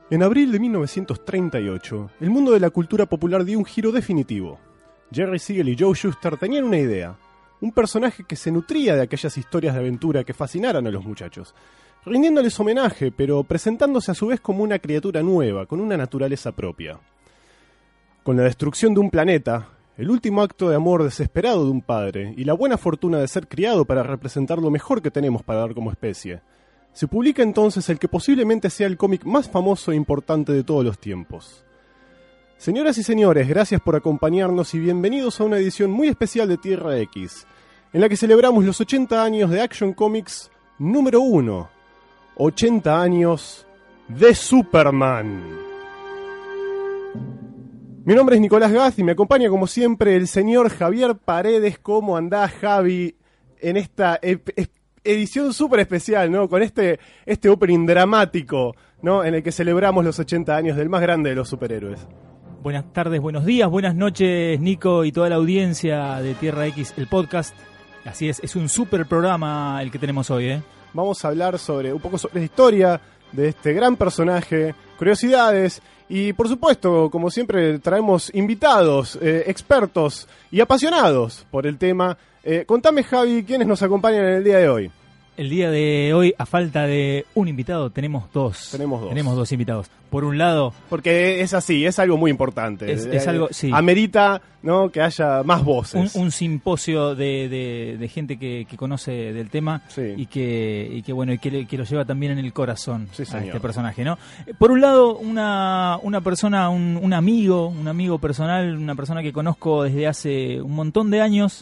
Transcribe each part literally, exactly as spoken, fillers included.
En abril de mil novecientos treinta y ocho, el mundo de la cultura popular dio un giro definitivo. Jerry Siegel y Joe Shuster tenían una idea, un personaje que se nutría de aquellas historias de aventura que fascinaran a los muchachos, rindiéndoles homenaje, pero presentándose a su vez como una criatura nueva, con una naturaleza propia. Con la destrucción de un planeta, el último acto de amor desesperado de un padre y la buena fortuna de ser criado para representar lo mejor que tenemos para dar como especie, se publica entonces el que posiblemente sea el cómic más famoso e importante de todos los tiempos. Señoras y señores, gracias por acompañarnos y bienvenidos a una edición muy especial de Tierra X, en la que celebramos los ochenta años de Action Comics número uno. ochenta años de Superman. Mi nombre es Nicolás Gaz y me acompaña como siempre el señor Javier Paredes. ¿Cómo andás, Javi? En esta ep- ep- edición súper especial, ¿no? Con este, este opening dramático, ¿no? En el que celebramos los ochenta años del más grande de los superhéroes. Buenas tardes, buenos días, buenas noches, Nico y toda la audiencia de Tierra X, el podcast. Así es, es un super programa el que tenemos hoy, ¿eh? Vamos a hablar sobre un poco sobre la historia de este gran personaje, curiosidades y, por supuesto, como siempre, traemos invitados, eh, expertos y apasionados por el tema. Eh, contame, Javi, ¿quiénes nos acompañan en el día de hoy? El día de hoy, a falta de un invitado, tenemos dos. Tenemos dos. Tenemos dos invitados. Por un lado... Porque es así, es algo muy importante. Es, es algo, sí. Amerita, ¿no?, que haya más voces. Un, un simposio de, de, de gente que, que conoce del tema, sí. y que y que bueno y que, le, que lo lleva también en el corazón, sí, a este personaje, ¿no? Por un lado, una, una persona, un, un amigo, un amigo personal, una persona que conozco desde hace un montón de años.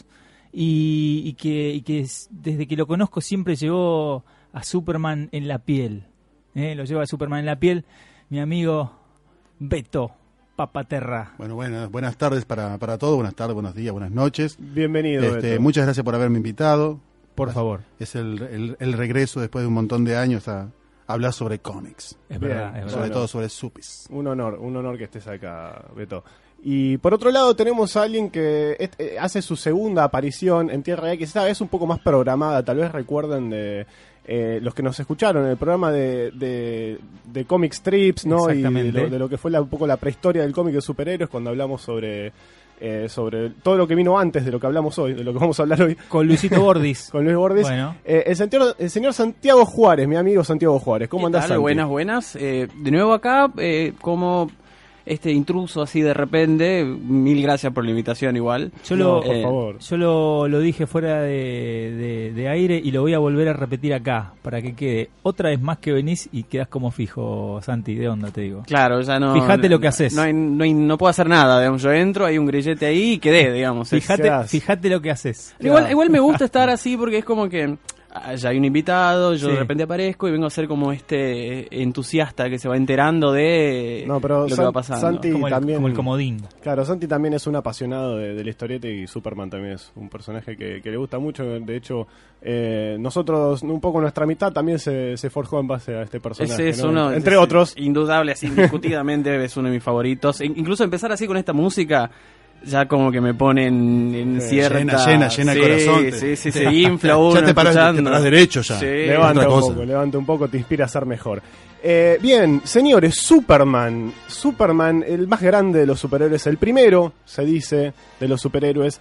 Y, y, que, y que desde que lo conozco siempre llevó a Superman en la piel. ¿eh? Lo lleva a Superman en la piel, mi amigo Beto Papaterra. Bueno, buenas, buenas tardes para, para todos, buenas tardes, buenos días, buenas noches. Bienvenido, este, Beto. Muchas gracias por haberme invitado. Por favor. Es el, el, el regreso después de un montón de años a hablar sobre cómics. Es verdad, Bien, es sobre verdad. todo sobre supis. Un honor, un honor que estés acá, Beto. Y por otro lado tenemos a alguien que es, eh, hace su segunda aparición en Tierra X, esta vez un poco más programada, tal vez recuerden de eh, los que nos escucharon en el programa de, de, de Comic Strips, ¿no? Y de lo, de lo que fue la, un poco la prehistoria del cómic de superhéroes, cuando hablamos sobre eh, sobre todo lo que vino antes de lo que hablamos hoy, de lo que vamos a hablar hoy. Con Luisito Bordis. Con Luis Bordis. Bueno. Eh, el, señor, el señor Santiago Juárez, mi amigo Santiago Juárez. ¿Cómo andás, tal? Santi? Buenas, buenas. Eh, de nuevo acá, eh, como este intruso así de repente, mil gracias por la invitación igual. Yo No, lo, por eh, favor. Yo lo, lo dije fuera de, de, de aire y lo voy a volver a repetir acá, para que quede. Otra vez más que venís y quedás como fijo, Santi, de onda te digo. Claro, ya no... Fíjate no, lo que haces. No, hay, no, hay, no puedo hacer nada, digamos. Yo entro, hay un grillete ahí y quedé, digamos. Es- Fíjate, quedás. fíjate lo que haces. Igual, igual me gusta estar así porque es como que ah, ya hay un invitado, yo Sí. de repente aparezco y vengo a ser como este entusiasta que se va enterando de No, pero lo que San- va pasando. Santi- Como el, también- como el comodín. Claro, Santi también es un apasionado de, de la historieta y Superman también es un personaje que, que le gusta mucho. De hecho, eh, nosotros, un poco nuestra mitad también se, se forjó en base a este personaje. Ese es ¿no? uno, Entre es otros. Indudable, así, indiscutidamente es uno de mis favoritos. In- incluso empezar así con esta música, ya como que me ponen en Sí, cierta... llena, llena, llena el Sí, corazón, te- Sí, sí, se infla uno Ya te parás, te escuchando. parás derecho ya. Sí. Levanta otra un cosa. poco, levanta un poco, te inspira a ser mejor. Eh, bien, señores, Superman. Superman, el más grande de los superhéroes, el primero, se dice, de los superhéroes.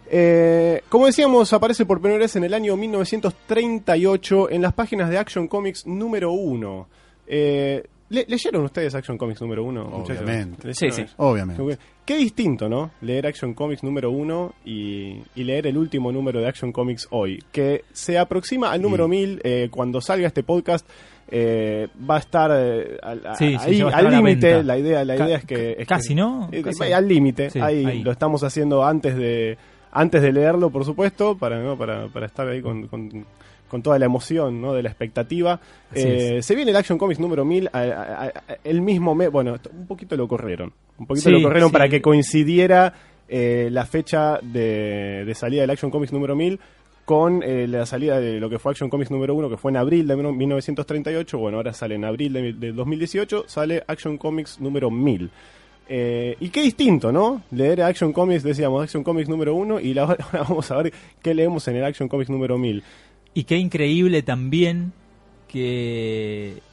Eh, como decíamos, aparece por primera vez en el año mil novecientos treinta y ocho en las páginas de Action Comics número uno. Eh, ¿le- ¿Leyeron ustedes Action Comics número uno? muchachos? Obviamente. Sí, sí. Obviamente. Qué distinto, ¿no? Leer Action Comics número uno y, y leer el último número de Action Comics hoy, que se aproxima al número Mm. mil. Eh, cuando salga este podcast eh, va a estar eh, al, a- Sí, sí, ahí, ya va a estar al a la límite. venta. La idea, la Ca- idea es que... es casi, que- ¿no? eh, Casi. al límite, Sí, ahí, ahí. lo estamos haciendo antes de antes de leerlo, por supuesto, para, ¿no? para, para estar ahí con... con con toda la emoción, ¿no? De la expectativa. Así Eh, se viene el Action Comics número mil, a- a- a- el mismo mes, bueno, un poquito lo corrieron, un poquito Sí, lo corrieron sí. para que coincidiera eh, la fecha de, de salida del Action Comics número mil con eh, la salida de lo que fue Action Comics número uno, que fue en abril de mil novecientos treinta y ocho, bueno, ahora sale en abril de, de dos mil dieciocho, sale Action Comics número mil. Eh, y qué distinto, ¿no? Leer Action Comics, decíamos, Action Comics número uno, y la- ahora vamos a ver qué leemos en el Action Comics número mil. Y qué increíble también que,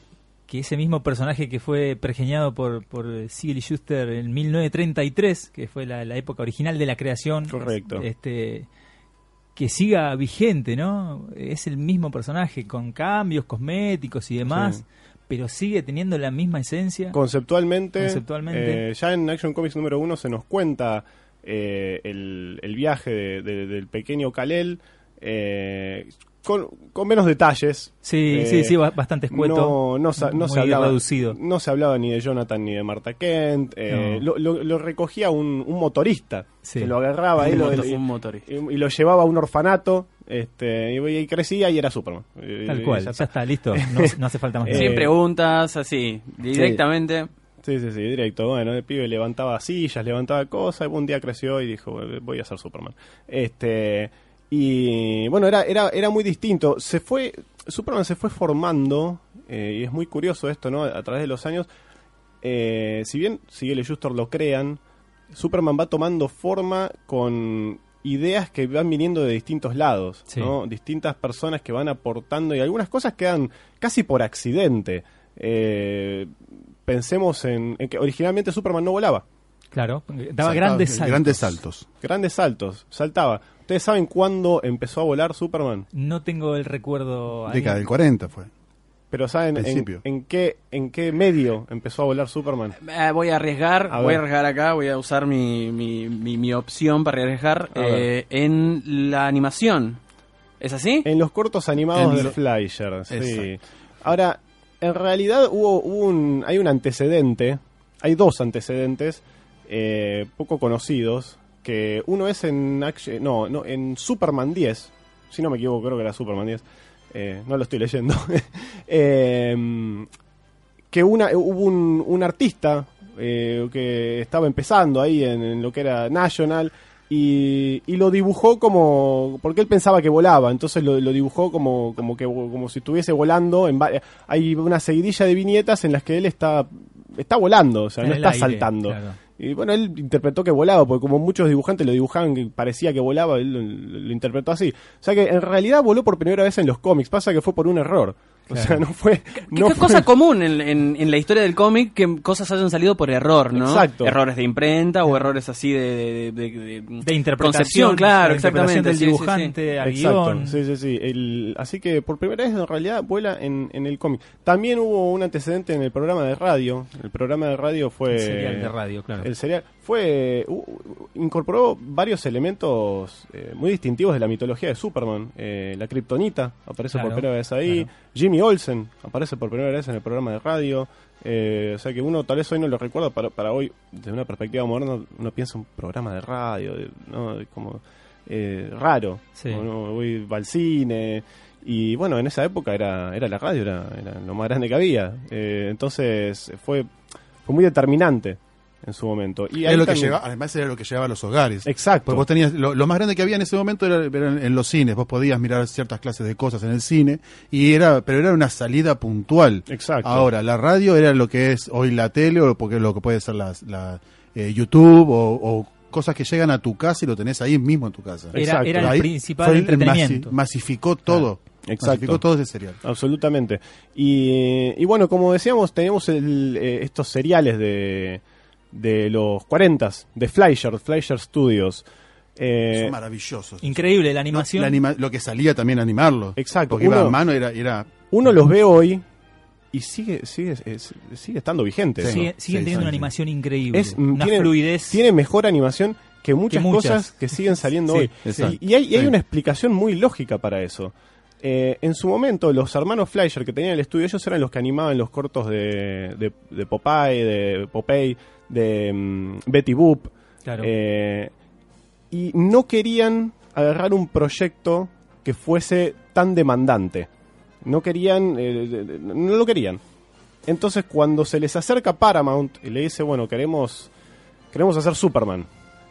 que ese mismo personaje que fue pergeñado por, por Siegel y Shuster en mil novecientos treinta y tres, que fue la, la época original de la creación, Correcto. este que siga vigente, ¿no? Es el mismo personaje, con cambios cosméticos y demás, Sí. pero sigue teniendo la misma esencia. Conceptualmente, Conceptualmente. eh, ya en Action Comics número uno se nos cuenta eh, el, el viaje de- de- del pequeño Kal-El, eh, con, con menos detalles. Sí, Eh, sí, sí, ba- bastante escueto. No, no, sa- no muy se hablaba, reducido. no se hablaba ni de Jonathan ni de Martha Kent. eh, No. lo, lo- lo recogía un, un motorista Sí. que lo agarraba ahí Un lo- moto- y, un motorista. y- y lo llevaba a un orfanato. Este, y, y crecía y era Superman. Y- Tal y cual, ya ya está. está, listo. No, no hace falta más. Eh, Sin preguntas, así, directamente. Sí, sí, sí, directo. Bueno, el pibe levantaba sillas, levantaba cosas, y un día creció y dijo, voy a ser Superman. Este, y bueno, era, era, era muy distinto. Se fue, Superman se fue formando, eh, y es muy curioso esto, ¿no? A través de los años, eh, si bien Siegel y Shuster lo crean, Superman va tomando forma con ideas que van viniendo de distintos lados, Sí. ¿no? Distintas personas que van aportando y algunas cosas quedan casi por accidente. Eh, pensemos en, en que originalmente Superman no volaba. Claro, daba Saltaba, grandes saltos. Grandes saltos. Grandes saltos, saltaba. ¿Ustedes saben cuándo empezó a volar Superman? No tengo el recuerdo. ahí. Década del cuarenta fue. Pero ¿saben en, Principio. en qué en qué medio empezó a volar Superman? Eh, voy a arriesgar, A voy ver. a arriesgar acá, voy a usar mi, mi, mi, mi opción para arriesgar A eh, en la animación. ¿Es así? En los cortos animados En de lo- Fleischer, sí. Exacto. Ahora, en realidad hubo, hubo un, hay un antecedente, hay dos antecedentes eh, poco conocidos, que uno es en Action- no, no, en Superman diez, si no me equivoco, creo que era Superman diez, eh, no lo estoy leyendo, eh, que una, hubo un, un artista eh, que estaba empezando ahí en, en lo que era National y, y lo dibujó como porque él pensaba que volaba, entonces lo, lo dibujó como como que como si estuviese volando en va- hay una seguidilla de viñetas en las que él está está volando, o sea, En no el está aire, saltando. claro. Y bueno, él interpretó que volaba, porque como muchos dibujantes lo dibujaban que parecía que volaba, él lo, lo interpretó así. O sea que en realidad voló por primera vez en los cómics, pasa que fue por un error. O Claro. sea, no fue... ¿Qué, no qué fue- cosa común en, en, en la historia del cómic que cosas hayan salido por error, ¿no? Exacto. Errores de imprenta o errores así de... De, de, de- De interpretación. Concepción, claro, la interpretación exactamente. del sí, sí, sí. dibujante al Exacto, guión. sí, sí, sí. El- así que por primera vez en realidad vuela en, en el cómic. También hubo un antecedente en el programa de radio. El programa de radio fue... El serial de radio, claro. El serial fue... u- u- incorporó varios elementos eh, muy distintivos de la mitología de Superman. Eh, la kriptonita aparece Claro, por primera vez ahí. claro. Jimmy Olsen aparece por primera vez en el programa de radio. Eh, o sea que uno tal vez hoy no lo recuerda, para, para hoy, desde una perspectiva moderna, uno piensa un programa de radio, de- ¿no? De como eh, raro. Sí. Uno voy va al cine. Y bueno, en esa época era, era la radio, era, era lo más grande que había. Eh, entonces fue, fue muy determinante en su momento. Y Era ahí lo que también- llegaba, además era lo que llegaba a los hogares. Exacto. Porque vos tenías, lo, lo más grande que había en ese momento era, era en, en los cines. Vos podías mirar ciertas clases de cosas en el cine, y era, pero era una salida puntual. Exacto. Ahora, la radio era lo que es hoy la tele, o porque lo que puede ser la, la, eh, YouTube, o, o cosas que llegan a tu casa y lo tenés ahí mismo en tu casa. Era, Exacto. era el Ahí principal fue el entretenimiento. masi- masificó todo. Exacto. Masificó todo ese serial. Absolutamente. Y, y bueno, como decíamos, teníamos el, eh, estos seriales de, de los cuarentas, de Fleischer, Fleischer Studios. Eh, Son maravillosos. Increíble, la No, animación. la anima- lo que salía también a animarlo. Exacto. Porque iba Uno- a mano, era, era uno los ve hoy y sigue sigue eh, sigue estando vigente. Sí. ¿no? Sigue- siguen Sí, teniendo sí, una sí. animación increíble. Es, mm, una tiene, fluidez. tiene mejor animación que muchas, Que muchas. cosas que siguen saliendo Sí, hoy. exacto. Y, y hay, y hay Sí. una explicación muy lógica para eso. Eh, en su momento, los hermanos Fleischer que tenían el estudio, ellos eran los que animaban los cortos de, de, de Popeye, de Popeye, de mm, Betty Boop. Claro. Eh, y no querían agarrar un proyecto que fuese tan demandante. No querían, eh, de- de- no lo querían. Entonces, cuando se les acerca Paramount y le dice, bueno, queremos queremos hacer Superman.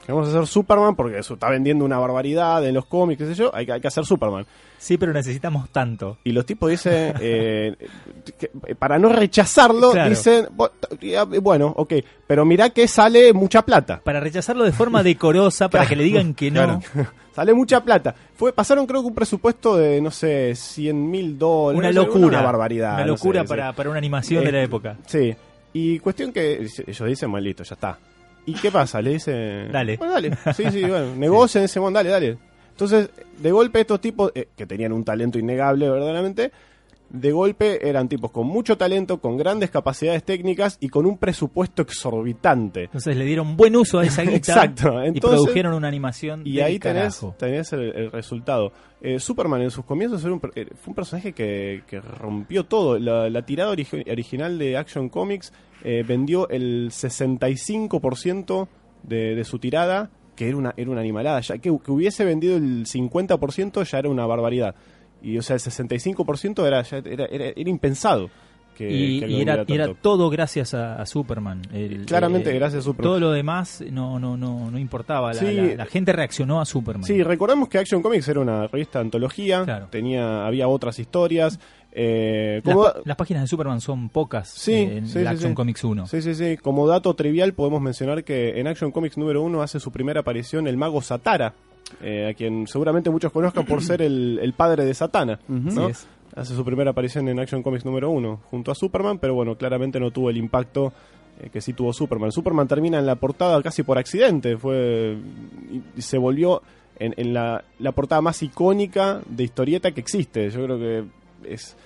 Queremos hacer Superman porque eso está vendiendo una barbaridad en los cómics, qué sé yo, hay que, hay que hacer Superman. Sí, pero necesitamos tanto. Y los tipos dicen, eh, que, para no rechazarlo, Claro. dicen, bueno, ok, pero mirá que sale mucha plata. Para rechazarlo de forma decorosa, para Claro. que le digan que no. Claro. Sale mucha plata. Fue, pasaron creo que un presupuesto de, no sé, cien mil dólares. Una no sé, locura. Una barbaridad. Una no locura sé, para, sí. para una animación de la Eh, época. Sí. Y cuestión que ellos dicen, bueno, listo, ya está. ¿Y qué pasa? Le dicen... Dale. Bueno, dale. Sí, sí, bueno, negocien ese mon, dale, dale. Entonces, de golpe estos tipos, eh, que tenían un talento innegable verdaderamente, de golpe eran tipos con mucho talento, con grandes capacidades técnicas y con un presupuesto exorbitante. Entonces le dieron buen uso a esa guita. Exacto. Y Entonces, produjeron una animación y del ahí tenés, carajo. tenés el, el resultado. Eh, Superman en sus comienzos era un per- eh, fue un personaje que, que rompió todo. La, la tirada origi- original de Action Comics eh, vendió el sesenta y cinco por ciento de, de su tirada, que era una, era una animalada. Ya que, que hubiese vendido el cincuenta por ciento ya era una barbaridad. Y o sea, el sesenta y cinco por ciento era, ya era, era, era impensado. Que, Y, que algo y era, vendiera y era tanto. todo gracias a, a Superman. El- Claramente eh, gracias a Superman. Todo lo demás no no no no importaba. La, Sí. la- la gente reaccionó a Superman. Sí, recordemos que Action Comics era una revista de antología, Claro. tenía, había otras historias. Eh, Las, como, pa- las páginas de Superman son pocas Sí, eh, en sí, la sí, Action sí. Comics uno. Sí, sí, sí. Como dato trivial podemos mencionar que en Action Comics número uno hace su primera aparición el mago Satara, eh, a quien seguramente muchos conozcan por ser el, el padre de Satana, ¿no? Así es. Hace su primera aparición en Action Comics número uno junto a Superman, pero bueno, claramente no tuvo el impacto eh, que sí tuvo Superman. Superman termina en la portada casi por accidente, fue y, y se volvió en, en la, la portada más icónica de historieta que existe. Yo creo que es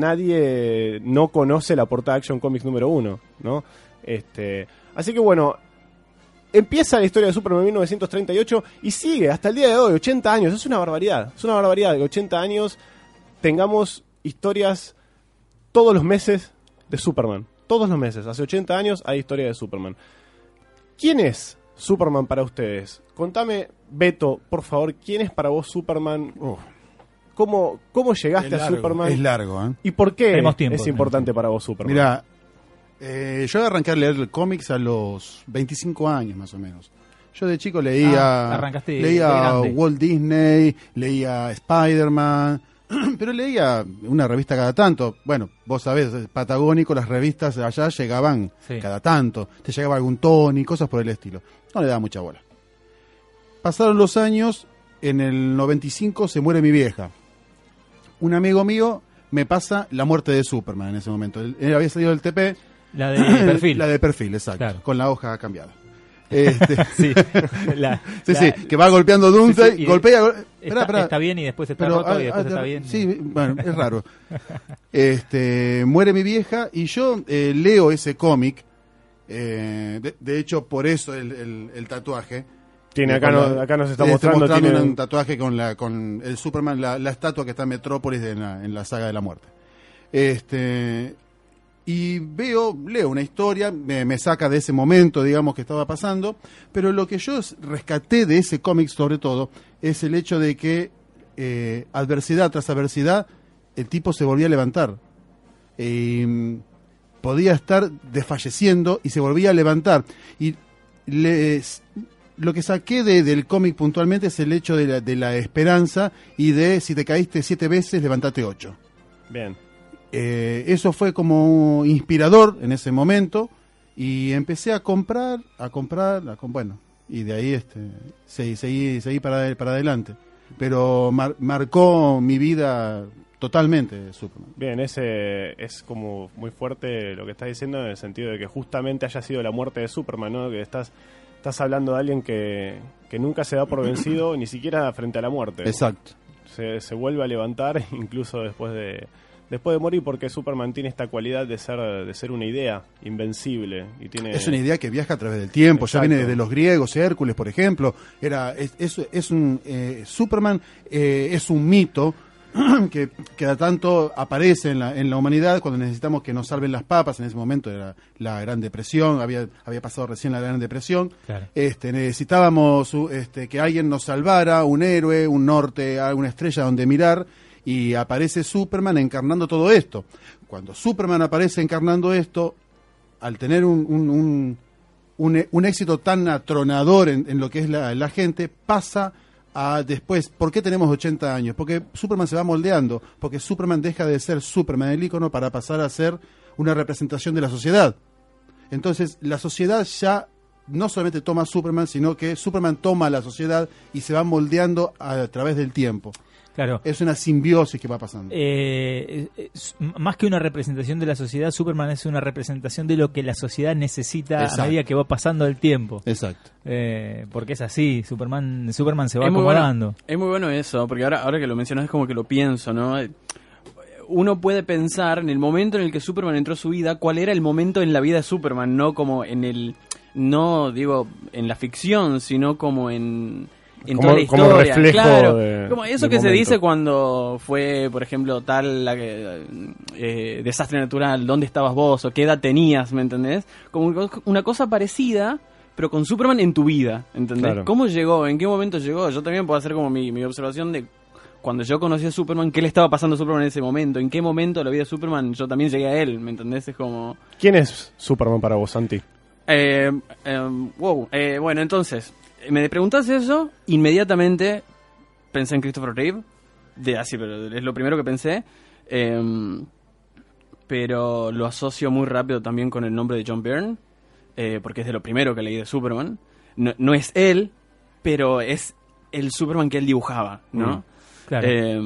nadie no conoce la portada de Action Comics número uno, ¿no? Este, así que bueno, empieza la historia de Superman en mil novecientos treinta y ocho y sigue hasta el día de hoy, ochenta años. Es una barbaridad, es una barbaridad que ochenta años tengamos historias todos los meses de Superman. Todos los meses, hace ochenta años hay historia de Superman. ¿Quién es Superman para ustedes? Contame, Beto, por favor, ¿quién es para vos Superman? Oh, ¿Cómo, cómo llegaste es a largo, Superman? es largo, ¿eh? ¿Y por qué Tenemos tiempo, es tenemos importante tiempo. para vos Superman? Mira, eh, yo arranqué a leer cómics a los veinticinco años más o menos. Yo de chico leía, Ah, arrancaste de leía grande. Walt Disney, leía Spider-Man, pero leía una revista cada tanto. Bueno, vos sabés, Patagónico, las revistas allá llegaban Sí. cada tanto. Te llegaba algún Tony, cosas por el estilo. No le daba mucha bola. Pasaron los años, en el noventa y cinco se muere mi vieja. Un amigo mío me pasa la muerte de Superman en ese momento. Él, él había salido del T P. La de perfil. La de perfil, exacto. Claro. Con la hoja cambiada. Este, Sí. La- sí, la- sí, que va golpeando Doomsday, Sí, sí, y golpea, gol- Está, Esperá, esperá. está bien y después está Pero, roto y ah, después ah, está de- bien. Sí, bueno, es raro. Este, muere mi vieja y yo eh, leo ese cómic. eh, de, de hecho, por eso el, el- el tatuaje. Tiene acá, Con no- la- acá nos está eh, mostrando, tiene un un- tatuaje con la con el Superman, la, la estatua que está en Metrópolis de- en, la, en la saga de la muerte. Este y veo, leo una historia, me, me saca de ese momento, digamos, que estaba pasando, pero lo que yo s- rescaté de ese cómic, sobre todo, es el hecho de que eh, adversidad tras adversidad, el tipo se volvía a levantar. Eh, podía estar desfalleciendo y se volvía a levantar. Y les, lo que saqué de, del cómic puntualmente es el hecho de la, de la esperanza y de si te caíste siete veces, levantate ocho. Bien. Eh, eso fue como inspirador en ese momento y empecé a comprar, a comprar, a com- bueno, y de ahí este, seguí, seguí, seguí para, para adelante. Pero mar- marcó mi vida totalmente Superman. Bien, ese es como muy fuerte lo que estás diciendo en el sentido de que justamente haya sido la muerte de Superman, ¿no? Que estás, estás hablando de alguien que, que nunca se da por vencido, ni siquiera frente a la muerte. Exacto. Se, se vuelve a levantar incluso después de después de morir, porque Superman tiene esta cualidad de ser de ser una idea invencible y tiene Es una idea que viaja a través del tiempo, Exacto. ya viene desde los griegos, Hércules, por ejemplo. Era, es, es, es un eh, Superman eh, es un mito que cada tanto aparece en la, en la humanidad cuando necesitamos que nos salven las papas. En ese momento era la Gran Depresión, había, había pasado recién la Gran Depresión. Claro. Este, necesitábamos uh, este, que alguien nos salvara, un héroe, un norte, alguna estrella donde mirar. Y aparece Superman encarnando todo esto. Cuando Superman aparece encarnando esto, al tener un, un, un, un, un éxito tan atronador en, en lo que es la, la gente, pasa a después. ¿Por qué tenemos ochenta años? Porque Superman se va moldeando, porque Superman deja de ser Superman, el ícono, para pasar a ser una representación de la sociedad. Entonces, la sociedad ya no solamente toma a Superman, sino que Superman toma a la sociedad y se va moldeando a, a través del tiempo. Claro. Es una simbiosis que va pasando. Eh, es, más que una representación de la sociedad, Superman es una representación de lo que la sociedad necesita. Exacto. A medida que va pasando el tiempo. Exacto. Eh, porque es así, Superman Superman se va es acomodando. Muy bueno, es muy bueno eso, porque ahora, ahora que lo mencionas es como que lo pienso, ¿no? Uno puede pensar en el momento en el que Superman entró a su vida, cuál era el momento en la vida de Superman, no como en el... No, digo, en la ficción, sino como en... en como, toda la historia, como reflejo claro, de, como eso que momento. Se dice cuando fue, por ejemplo, tal la que, eh, desastre natural, ¿dónde estabas vos? O qué edad tenías, ¿me entendés? Como una cosa parecida, pero con Superman en tu vida, ¿entendés? Claro. ¿Cómo llegó? ¿En qué momento llegó? Yo también puedo hacer como mi, mi observación de cuando yo conocí a Superman, ¿qué le estaba pasando a Superman en ese momento? ¿En qué momento de la vida de Superman yo también llegué a él? ¿Me entendés? Es como... ¿Quién es Superman para vos, Santi? Eh, eh, wow, eh, bueno, entonces, me preguntás eso, inmediatamente pensé en Christopher Reeve, de así, pero es lo primero que pensé, eh, pero lo asocio muy rápido también con el nombre de John Byrne, eh, porque es de lo primero que leí de Superman. No, no es él, pero es el Superman que él dibujaba, ¿no? Mm, claro. Eh,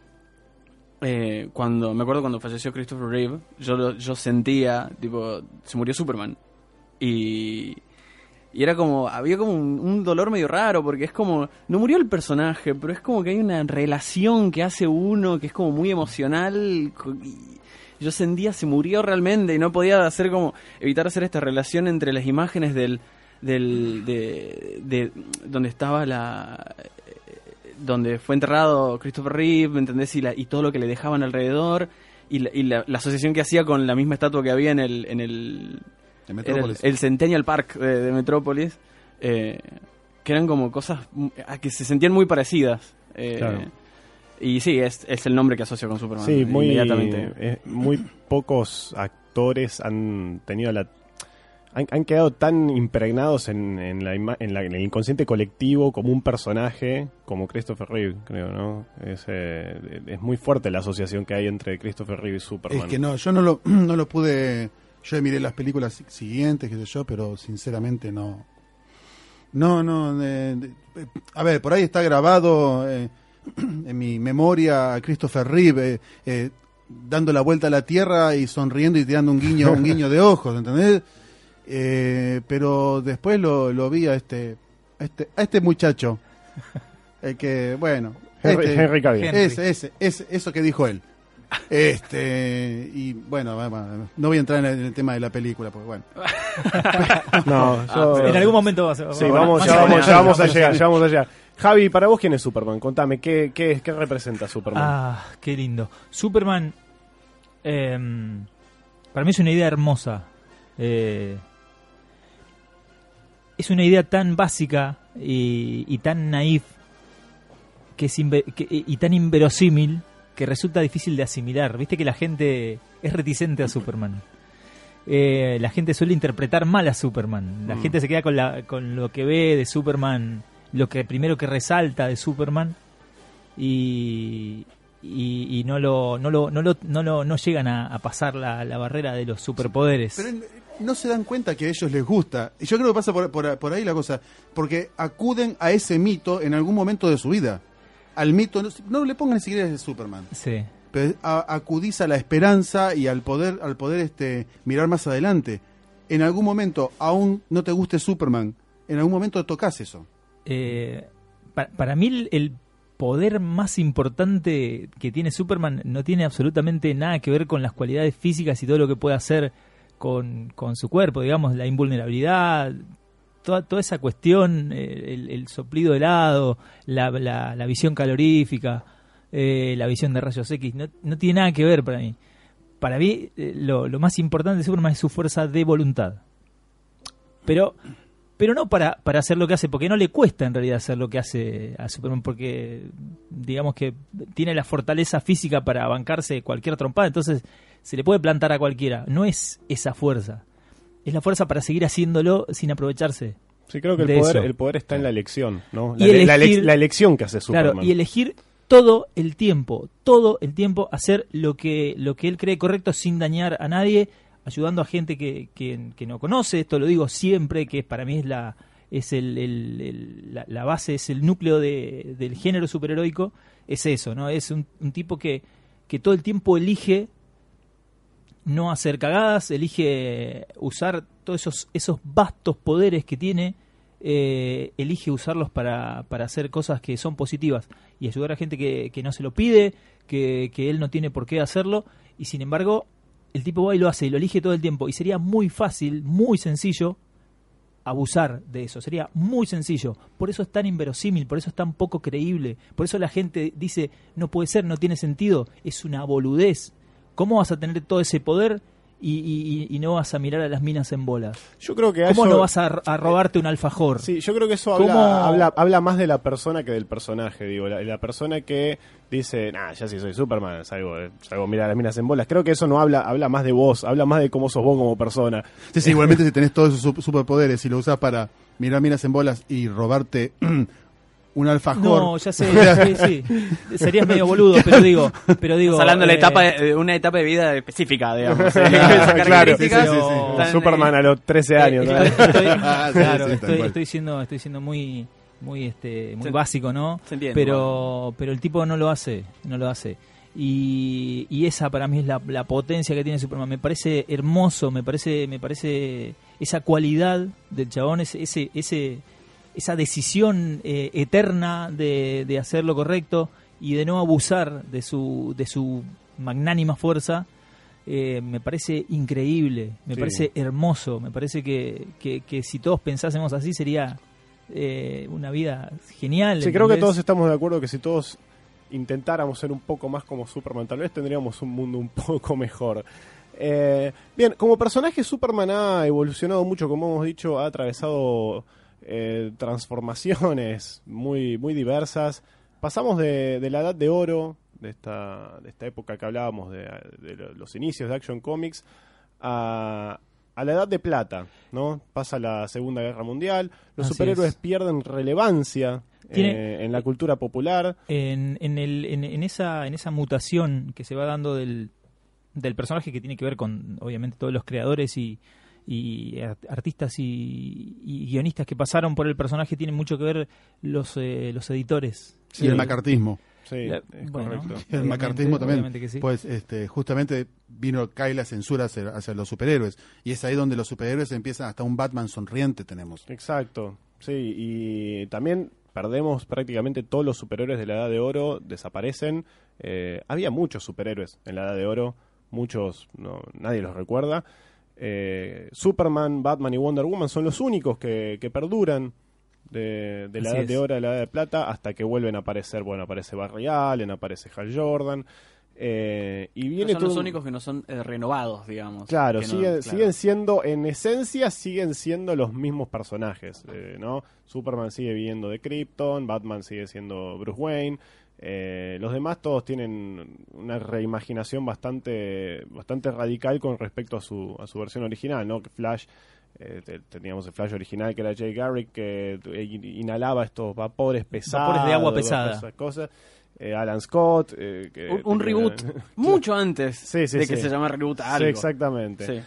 eh, cuando me acuerdo cuando falleció Christopher Reeve, yo, yo sentía, tipo, se murió Superman. Y, y era como, había como un, un dolor medio raro, porque es como, no murió el personaje, pero es como que hay una relación que hace uno que es como muy emocional. Y yo sentía, se murió realmente y no podía hacer como, evitar hacer esta relación entre las imágenes del, del, de, de donde estaba la, donde fue enterrado Christopher Reeve, ¿me entendés? Y, la, y todo lo que le dejaban alrededor, y la, y la, la asociación que hacía con la misma estatua que había en el, en el El, el Centennial Park de, de Metrópolis, eh, que eran como cosas que se sentían muy parecidas. Eh, claro. Y sí, es, es el nombre que asocio con Superman. Sí, muy, inmediatamente. Eh, muy pocos actores han tenido la... Han, han quedado tan impregnados en, en, la ima- en, la, en el inconsciente colectivo como un personaje como Christopher Reeve, creo, ¿no? Es, eh, es muy fuerte la asociación que hay entre Christopher Reeve y Superman. Es que no, yo no lo, no lo pude... Yo miré las películas siguientes, qué sé yo, pero sinceramente no. No, no. Eh, eh, a ver, por ahí está grabado eh, en mi memoria a Christopher Reeve eh, eh, dando la vuelta a la Tierra y sonriendo y tirando un guiño, un guiño de ojos, ¿entendés? Eh, pero después lo, lo vi a este, a este, a este muchacho, el que, bueno, Henry, este, Henry Cavill. Ese, ese, ese, eso que dijo él. Este y bueno, no voy a entrar en el, en el tema de la película porque bueno. No, yo... en algún momento va a ser. Sí, vamos, ya vamos, ya vamos a llegar, ya vamos a llegar. Javi, para vos quién es Superman? Contame, ¿qué, qué, qué representa Superman? Ah, qué lindo. Superman, eh, para mí es una idea hermosa. Eh, es una idea tan básica y, y tan naif que es inve- que, y tan inverosímil que resulta difícil de asimilar. Viste que la gente es reticente a Superman. Eh, la gente suele interpretar mal a Superman. La mm. gente se queda con, la, con lo que ve de Superman, lo que primero que resalta de Superman, y, y, y no lo no lo no lo no, lo, no llegan a, a pasar la, la barrera de los superpoderes. Pero no se dan cuenta que a ellos les gusta. Y yo creo que pasa por, por, por ahí la cosa, porque acuden a ese mito en algún momento de su vida. Al mito, no, no le pongan ni siquiera de Superman. Sí. Pero a, acudís a la esperanza y al poder, al poder este, mirar más adelante. En algún momento, aún no te guste Superman, en algún momento tocas eso. Eh, para, para mí el, el poder más importante que tiene Superman no tiene absolutamente nada que ver con las cualidades físicas y todo lo que puede hacer con, con su cuerpo, digamos, la invulnerabilidad. Toda, toda esa cuestión, el, el soplido helado, la, la, la visión calorífica, eh, la visión de rayos X, no, no tiene nada que ver para mí. Para mí, eh, lo, lo más importante de Superman es su fuerza de voluntad. Pero pero no para, para hacer lo que hace, porque no le cuesta en realidad hacer lo que hace a Superman, porque digamos que tiene la fortaleza física para bancarse cualquier trompada, entonces se le puede plantar a cualquiera. No es esa fuerza. es la fuerza para seguir haciéndolo sin aprovecharse. Sí, creo que el de poder, eso. el poder está en la elección, ¿no? Y La, la, elegir- elec- la elección que hace Superman. Claro, y elegir todo el tiempo, todo el tiempo hacer lo que lo que él cree correcto sin dañar a nadie, ayudando a gente que, que, que no conoce. Esto lo digo siempre, que para mí es la es el, el- el- la, la base, es el núcleo de, del género superheroico, es eso, ¿no? Es un, un tipo que, que todo el tiempo elige no hacer cagadas, elige usar todos esos, esos vastos poderes que tiene, eh, elige usarlos para, para hacer cosas que son positivas y ayudar a gente que, que no se lo pide, que, que él no tiene por qué hacerlo, y sin embargo el tipo va y lo hace y lo elige todo el tiempo, y sería muy fácil, muy sencillo abusar de eso, sería muy sencillo. Por eso es tan inverosímil, por eso es tan poco creíble, por eso la gente dice no puede ser, no tiene sentido, es una boludez. ¿Cómo vas a tener todo ese poder y, y, y no vas a mirar a las minas en bolas? Yo creo que a ¿Cómo eso- no vas a, a robarte un alfajor? Sí, yo creo que eso ¿Cómo? habla, habla, habla más de la persona que del personaje, digo. La, la persona que dice, nah, ya sí soy Superman, salgo, eh, salgo a mirar a las minas en bolas. Creo que eso no habla, habla más de vos, habla más de cómo sos vos como persona. Sí, sí, igualmente si tenés todos esos sup- superpoderes y lo usás para mirar minas en bolas y robarte un alfajor. No, ya sé, sí, sí. Serías medio boludo, pero digo, pero digo. Estás hablando de la eh, etapa de, de una etapa de vida específica, digamos. ¿eh? Claro, Esa claro, característica sí, sí, sí, sí. está en- Superman a los trece eh, años. ¿no? estoy, estoy- Ah, sí, claro, sí, tal estoy, cual. estoy siendo, estoy siendo muy, muy, este, muy Se- básico, ¿no? se entiende, Pero, pero el tipo no lo hace, no lo hace. Y, y esa para mí es la, la potencia que tiene Superman. Me parece hermoso, me parece, me parece esa cualidad del chabón, ese, ese, ese esa decisión eh, eterna de, de hacer lo correcto y de no abusar de su, de su magnánima fuerza. Eh, me parece increíble, me Sí. parece hermoso, me parece que, que, que si todos pensásemos así sería eh, una vida genial. Sí, creo que ¿entendés? todos estamos de acuerdo que si todos intentáramos ser un poco más como Superman, tal vez tendríamos un mundo un poco mejor. Eh, bien, como personaje Superman ha evolucionado mucho, como hemos dicho, ha atravesado eh, transformaciones muy, muy diversas. Pasamos de, de la edad de oro, de esta, de esta época que hablábamos de, de los inicios de Action Comics, a, a la edad de plata, ¿no? Pasa la Segunda Guerra Mundial, los Así superhéroes es. pierden relevancia Tiene- eh, en la cultura popular. En, en, el, en, en esa, en esa mutación que se va dando del, del personaje, que tiene que ver con, obviamente, todos los creadores y, y art- artistas y, y guionistas que pasaron por el personaje, tienen mucho que ver los, eh, los editores. Sí, el macartismo. Sí, La- es bueno, correcto. El Obviamente, macartismo también. obviamente que sí. Pues este, justamente vino cae la censura hacia, hacia los superhéroes. Y es ahí donde los superhéroes empiezan, hasta un Batman sonriente tenemos. Exacto, sí, y también perdemos prácticamente todos los superhéroes de la Edad de Oro, desaparecen. Eh, había muchos superhéroes en la Edad de Oro, muchos, no, nadie los recuerda. Eh, Superman, Batman y Wonder Woman son los únicos que, que perduran de, de la Así Edad es. de Oro a la Edad de Plata hasta que vuelven a aparecer. Bueno, aparece Barry Allen, aparece Hal Jordan. Eh, y No viene son todo los un- únicos que no son eh, renovados, digamos. Claro, Que no- siguen, claro. siguen siendo, en esencia, siguen siendo los mismos personajes, eh, ¿no? Superman sigue viviendo de Krypton, Batman sigue siendo Bruce Wayne, eh, los demás todos tienen una reimaginación bastante bastante radical con respecto a su, a su versión original, ¿no? Que Flash, eh, te- teníamos el Flash original que era Jay Garrick, que eh, inhalaba estos vapores pesados. Vapores de agua todas pesada. esas cosas. Eh, Alan Scott. eh, que Un, un tenía- reboot mucho antes Sí, sí, de que sí. se llama reboot a Sí, algo. exactamente. Sí.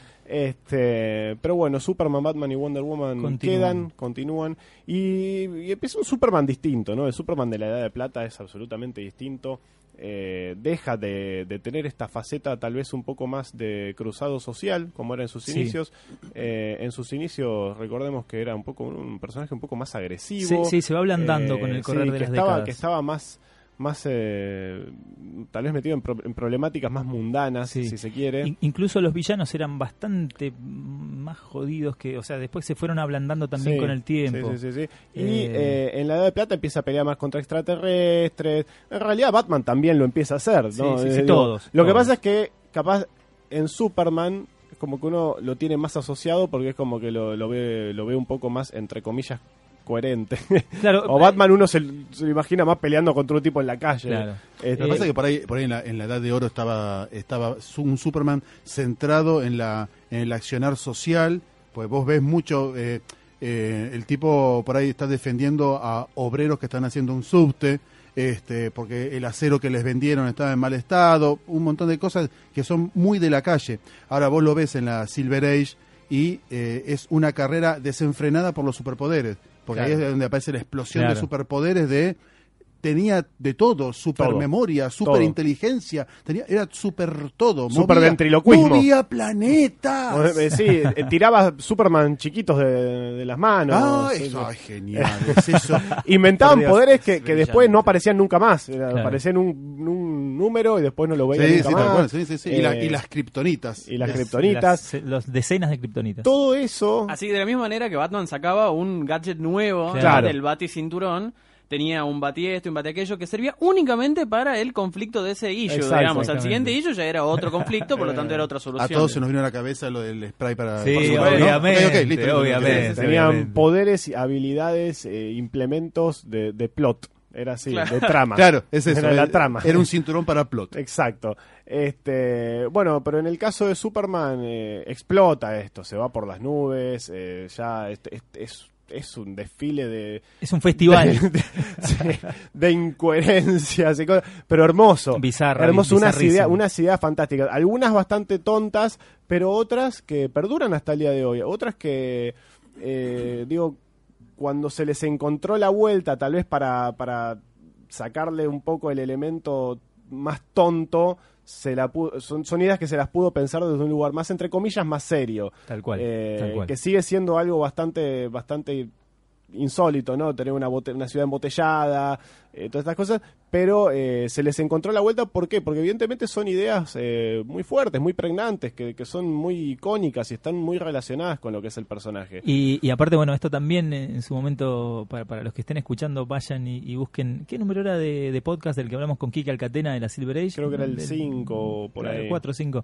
Este, pero bueno, Superman, Batman y Wonder Woman Continúan. quedan, continúan y, y empieza un Superman distinto, ¿no? El Superman de la Edad de Plata es absolutamente distinto. Eh, deja de, de tener esta faceta tal vez un poco más de cruzado social, como era en sus Sí. inicios. Eh, en sus inicios, recordemos que era un poco un personaje un poco más Sí, agresivo. sí, se va ablandando Eh, con el sí, correr de que las estaba, décadas. que estaba más más eh, tal vez metido en, pro- en problemáticas más mundanas, Sí. si se quiere. In- incluso los villanos eran bastante más jodidos que, o sea, después se fueron ablandando también Sí, con el tiempo. Sí, sí, sí, sí. Y Eh, eh, en la Edad de Plata empieza a pelear más contra extraterrestres. En realidad Batman también lo empieza a hacer, ¿no? Sí, sí, Eh, sí, digo, todos, Lo que todos. pasa es que capaz en Superman es como que uno lo tiene más asociado porque es como que lo, lo ve lo ve un poco más, entre comillas, coherente. Claro, O Batman uno se, se lo imagina más peleando contra un tipo en la calle. Claro. Este, Lo que pasa es que por ahí, por ahí en, la, en la Edad de Oro estaba, estaba su- un Superman centrado en, la, en el accionar social, pues vos ves mucho, eh, eh, el tipo por ahí está defendiendo a obreros que están haciendo un subte, este, porque el acero que les vendieron estaba en mal estado, un montón de cosas que son muy de la calle. Ahora vos lo ves en la Silver Age y eh, es una carrera desenfrenada por los superpoderes, porque Claro. ahí es donde aparece la explosión Claro. de superpoderes de... Tenía de todo, super Todo. memoria, super Todo. inteligencia, tenía, era super todo. Super movía- ventriloquismo. Movía planetas. Eh, Sí, eh, tiraba Superman chiquitos de, de las manos. Ah, Sí, eso, sí. ay, genial, es eso. Inventaban Perdías- poderes que, que brillante. después no aparecían nunca más. Era- Claro. Aparecían un, un número y después no lo veían Sí, nunca sí, más. tal cual, sí, sí, sí. Y, la- Eh, y las kriptonitas. y las Es- kriptonitas. Las, los decenas de kriptonitas. Todo eso. Así de la misma manera que Batman sacaba un gadget nuevo, Claro. el baticinturón, tenía un bati esto y un bati aquello que servía únicamente para el conflicto de ese issue, Exacto. digamos. Al Exactamente. siguiente issue ya era otro conflicto, por lo tanto era otra A solución. todos se nos vino a la cabeza lo del spray para... Sí, por supuesto, ¿no? obviamente, Ok, ok, listo, listo, obviamente. listo. Tenían obviamente. poderes, habilidades, eh, implementos de, de plot. Era así, Claro. de trama. Claro, es eso. Era la eh, trama. Era un cinturón para plot. Exacto. Este, bueno, pero en el caso de Superman eh, explota esto, se va por las nubes, eh, ya es, es, es, es un desfile de, Es un festival. de, de- sí, de incoherencias, y cosas, pero hermoso. Bizarra, hermoso, unas bizarrísimo. ideas, unas ideas fantásticas. Algunas bastante tontas, pero otras que perduran hasta el día de hoy. Otras que, eh, digo, cuando se les encontró la vuelta, tal vez para, para sacarle un poco el elemento más tonto, se la pu- son, son ideas que se las pudo pensar desde un lugar más, entre comillas, más serio. Tal cual, Eh, tal cual. Que sigue siendo algo bastante, bastante insólito, ¿no? Tener una, bote- una ciudad embotellada, eh, todas estas cosas, pero eh, se les encontró la vuelta. ¿Por qué? Porque evidentemente son ideas eh, muy fuertes, muy pregnantes, que, que son muy icónicas y están muy relacionadas con lo que es el personaje. Y, y aparte, bueno, esto también eh, en su momento, para, para los que estén escuchando, vayan y, y busquen. ¿Qué número era de, de podcast del que hablamos con Kike Alcatena de la Silver Age? Creo que era el Del- cinco, por claro, ahí. cuatro o cinco.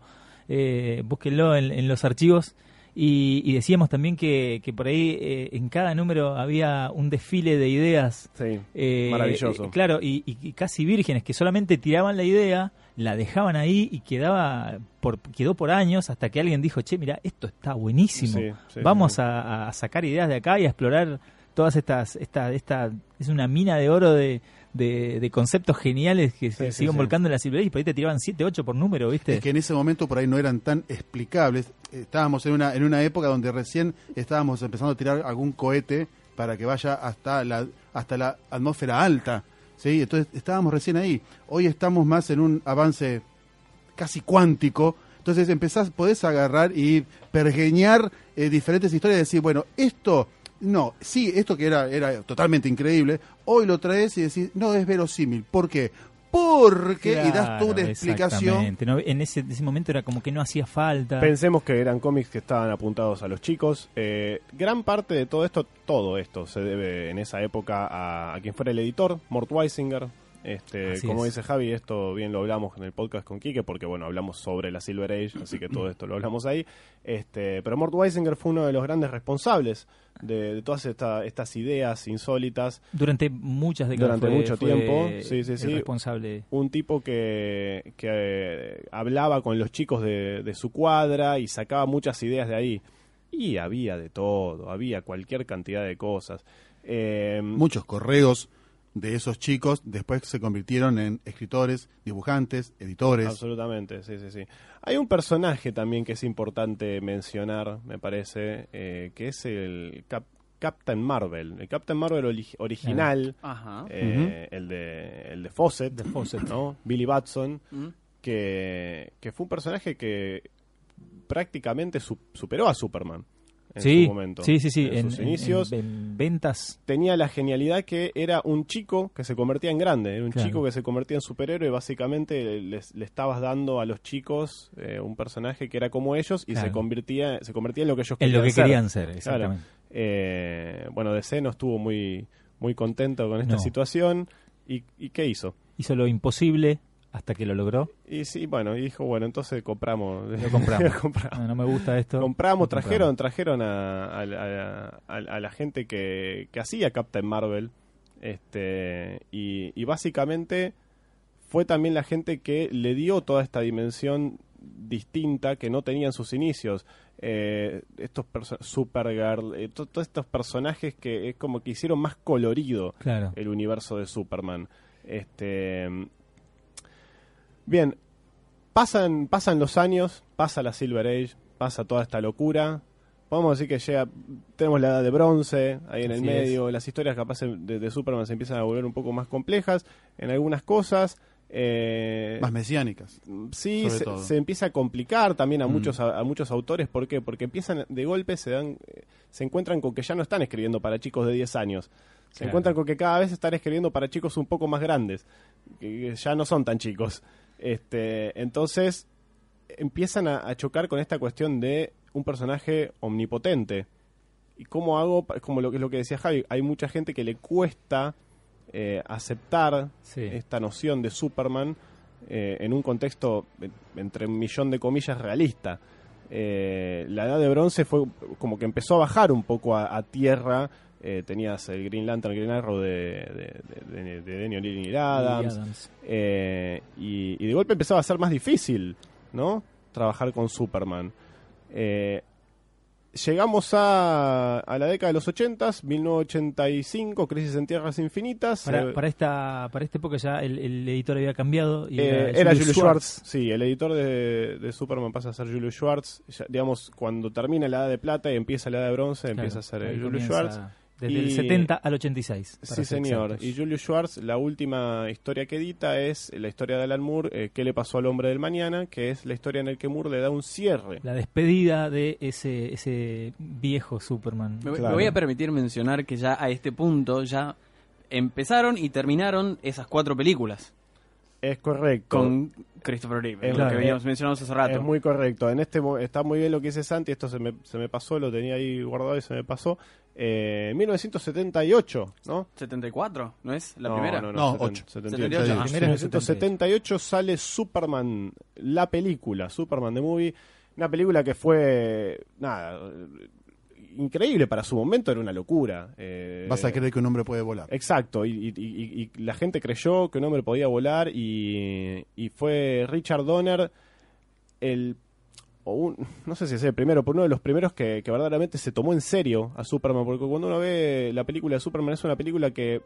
Eh, búsquenlo en, en los archivos. Y, y decíamos también que, que por ahí eh, en cada número había un desfile de ideas. Sí, eh, maravilloso. eh, claro, y, y- y casi vírgenes, que solamente tiraban la idea, la dejaban ahí y quedaba por, quedó por años hasta que alguien dijo, che, mira, esto está buenísimo. Sí, sí, Vamos sí. A, a sacar ideas de acá y a explorar todas estas, esta, esta, es una mina de oro de, de, de conceptos geniales que se Sí, sí, siguen sí. volcando en la Silver Age, y por ahí te tiraban siete, ocho por número, ¿viste? Es que en ese momento por ahí no eran tan explicables. Estábamos en una en una época donde recién estábamos empezando a tirar algún cohete para que vaya hasta la hasta la atmósfera alta, ¿sí? Entonces estábamos recién ahí. Hoy estamos más en un avance casi cuántico. Entonces empezás, podés agarrar y pergeñar eh, diferentes historias y decir, bueno, esto, no, sí, esto que era, era totalmente increíble, hoy lo traes y decís, no, es verosímil. ¿Por qué? Porque, y das tú una Claro, explicación. exactamente, ¿no? En ese, ese momento era como que no hacía falta. Pensemos que eran cómics que estaban apuntados a los chicos. Eh, gran parte de todo esto, todo esto se debe en esa época a, a quien fuera el editor, Mort Weisinger. Este, Así como es. dice Javi, esto bien lo hablamos en el podcast con Quique, porque bueno, hablamos sobre la Silver Age, así que todo esto lo hablamos ahí. Este, pero Mort Weisinger fue uno de los grandes responsables de, de todas esta- estas ideas insólitas. Durante muchas décadas. Durante fue- mucho fue tiempo, sí, sí, el sí. responsable. Un tipo que, que eh, hablaba con los chicos de, de su cuadra y sacaba muchas ideas de ahí. Y había de todo, había cualquier cantidad de cosas. Eh, Muchos correos de esos chicos después se convirtieron en escritores, dibujantes, editores. Absolutamente, sí, sí, sí. Hay un personaje también que es importante mencionar, me parece, eh, que es el Cap- Captain Marvel. El Captain Marvel ori- original, Ajá. eh, el de el de Fawcett, De Fawcett. ¿no? Billy Batson, Mm. que, que fue un personaje que prácticamente su- superó a Superman en Sí, su momento. sí, sí, sí. En, sus inicios en- en ventas. tenía la genialidad que era un chico que se convertía en grande, era un Claro. chico que se convertía en superhéroe y básicamente les- le estabas dando a los chicos eh, un personaje que era como ellos y Claro. se convertía se convertía en lo que ellos En querían lo que ser. querían ser, Claro. exactamente. Eh, bueno, D C no estuvo muy muy contento con esta No. situación y, y ¿qué hizo? Hizo lo imposible hasta que lo logró. Y sí, bueno, y dijo, bueno, entonces compramos. Lo compramos. Lo compramos. No, no me gusta esto. Compramos, Lo trajeron, trajeron a, a- a- a- a la gente que, que hacía Captain Marvel, este, y, y básicamente fue también la gente que le dio toda esta dimensión distinta que no tenía en sus inicios. Eh, estos perso- Supergirl, eh, to- todos estos personajes que es como que hicieron más colorido Claro. el universo de Superman. Este, bien, pasan, pasan los años, pasa la Silver Age, pasa toda esta locura. Podemos decir que llega, tenemos la edad de bronce ahí en el Así medio. Las historias capaz de, de Superman se empiezan a volver un poco más complejas en algunas cosas. Eh, Más mesiánicas. Sí, sobre se, todo. se empieza a complicar también a Mm. muchos a, a muchos autores. ¿Por qué? Porque empiezan de golpe, se dan eh, se encuentran con que ya no están escribiendo para chicos de diez años. Se Claro. encuentran con que cada vez están escribiendo para chicos un poco más grandes, que ya no son tan chicos. Este, entonces empiezan a, a chocar con esta cuestión de un personaje omnipotente. ¿Y cómo hago? pa- Como lo que es lo que decía Javi, hay mucha gente que le cuesta eh, aceptar Sí. esta noción de Superman eh, en un contexto eh, entre un millón de comillas realista. Eh, la edad de bronce fue como que empezó a bajar un poco a, a tierra. Eh, tenías el Green Lantern, Green Arrow de, de, de, de, de Denny O'Neil y Adams, Adams. eh, y, y de golpe empezaba a ser más difícil, ¿no? Trabajar con Superman. Eh, llegamos a, a la década de los ochentas, mil novecientos ochenta y cinco, Crisis en Tierras Infinitas. Para, eh, para esta para esta época ya el, el editor había cambiado. Y Eh, era Julius Schwartz. Sí, el editor de, de Superman pasa a ser Julius Schwartz. Ya, digamos, cuando termina la edad de plata y empieza la edad de bronce, Claro, empieza a ser ahí eh, Julius comienza Schwartz. Desde Y- el setenta al ochenta y seis. para Sí, ser señor. exactos. Y Julius Schwartz, la última historia que edita es la historia de Alan Moore, eh, ¿Qué le pasó al hombre del mañana? Que es la historia en la que Moore le da un cierre. La despedida de ese ese viejo Superman. Me, voy- Claro. me voy a permitir mencionar que ya a este punto ya empezaron y terminaron esas cuatro películas Es correcto. con Christopher Reeve, Es lo claro. que veníamos mencionando hace rato. Es muy correcto. En este mo- está muy bien lo que dice Santi. Esto se me, se me pasó, lo tenía ahí guardado y se me pasó. Eh, mil novecientos setenta y ocho, ¿no? ¿setenta y cuatro? ¿No es la No, primera? No, No, seten- ocho. setenta y setenta y ocho. ocho. Ah, la primera es mil novecientos setenta y ocho sale Superman, la película, Superman the Movie. Una película que fue, nada, increíble para su momento, era una locura. Eh, Vas a creer que un hombre puede volar. Exacto, y, y- y- y la gente creyó que un hombre podía volar y, y fue Richard Donner el, o un, no sé si es el primero, pero uno de los primeros que, que verdaderamente se tomó en serio a Superman, porque cuando uno ve la película de Superman es una película que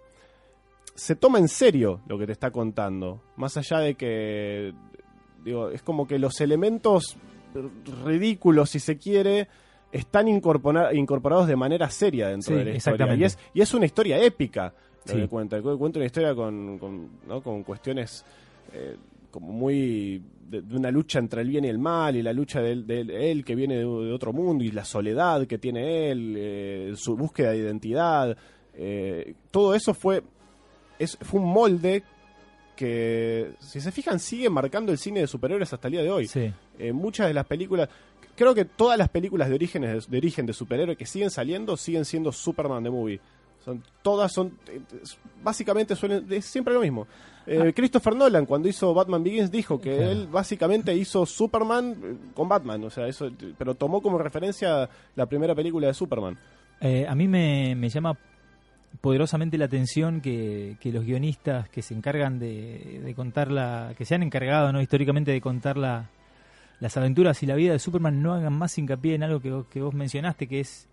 se toma en serio lo que te está contando, más allá de que, digo, es como que los elementos ridículos, si se quiere, están incorpora- incorporados de manera seria dentro Sí, de la historia. exactamente. Y es, y es una historia épica lo Sí. que cuenta. Cu- Cuenta una historia con, con, ¿no? con cuestiones eh, como muy de, de una lucha entre el bien y el mal, y la lucha de él, de él- él que viene de, de otro mundo, y la soledad que tiene él, eh, su búsqueda de identidad. Eh, todo eso fue, es, fue un molde que, si se fijan, sigue marcando el cine de superhéroes hasta el día de hoy. Sí. Eh, muchas de las películas, creo que todas las películas de orígenes de origen de superhéroe que siguen saliendo siguen siendo Superman the Movie. Son todas son eh, básicamente suelen es siempre lo mismo. Eh, Christopher Nolan cuando hizo Batman Begins dijo que Claro. él básicamente hizo Superman eh, con Batman, o sea, eso, pero tomó como referencia la primera película de Superman. Eh, a mí me, me llama poderosamente la atención que, que los guionistas que se encargan de, de contar la, que se han encargado, ¿no?, históricamente de contar la, las aventuras y la vida de Superman no hagan más hincapié en algo que vos, que vos mencionaste, que es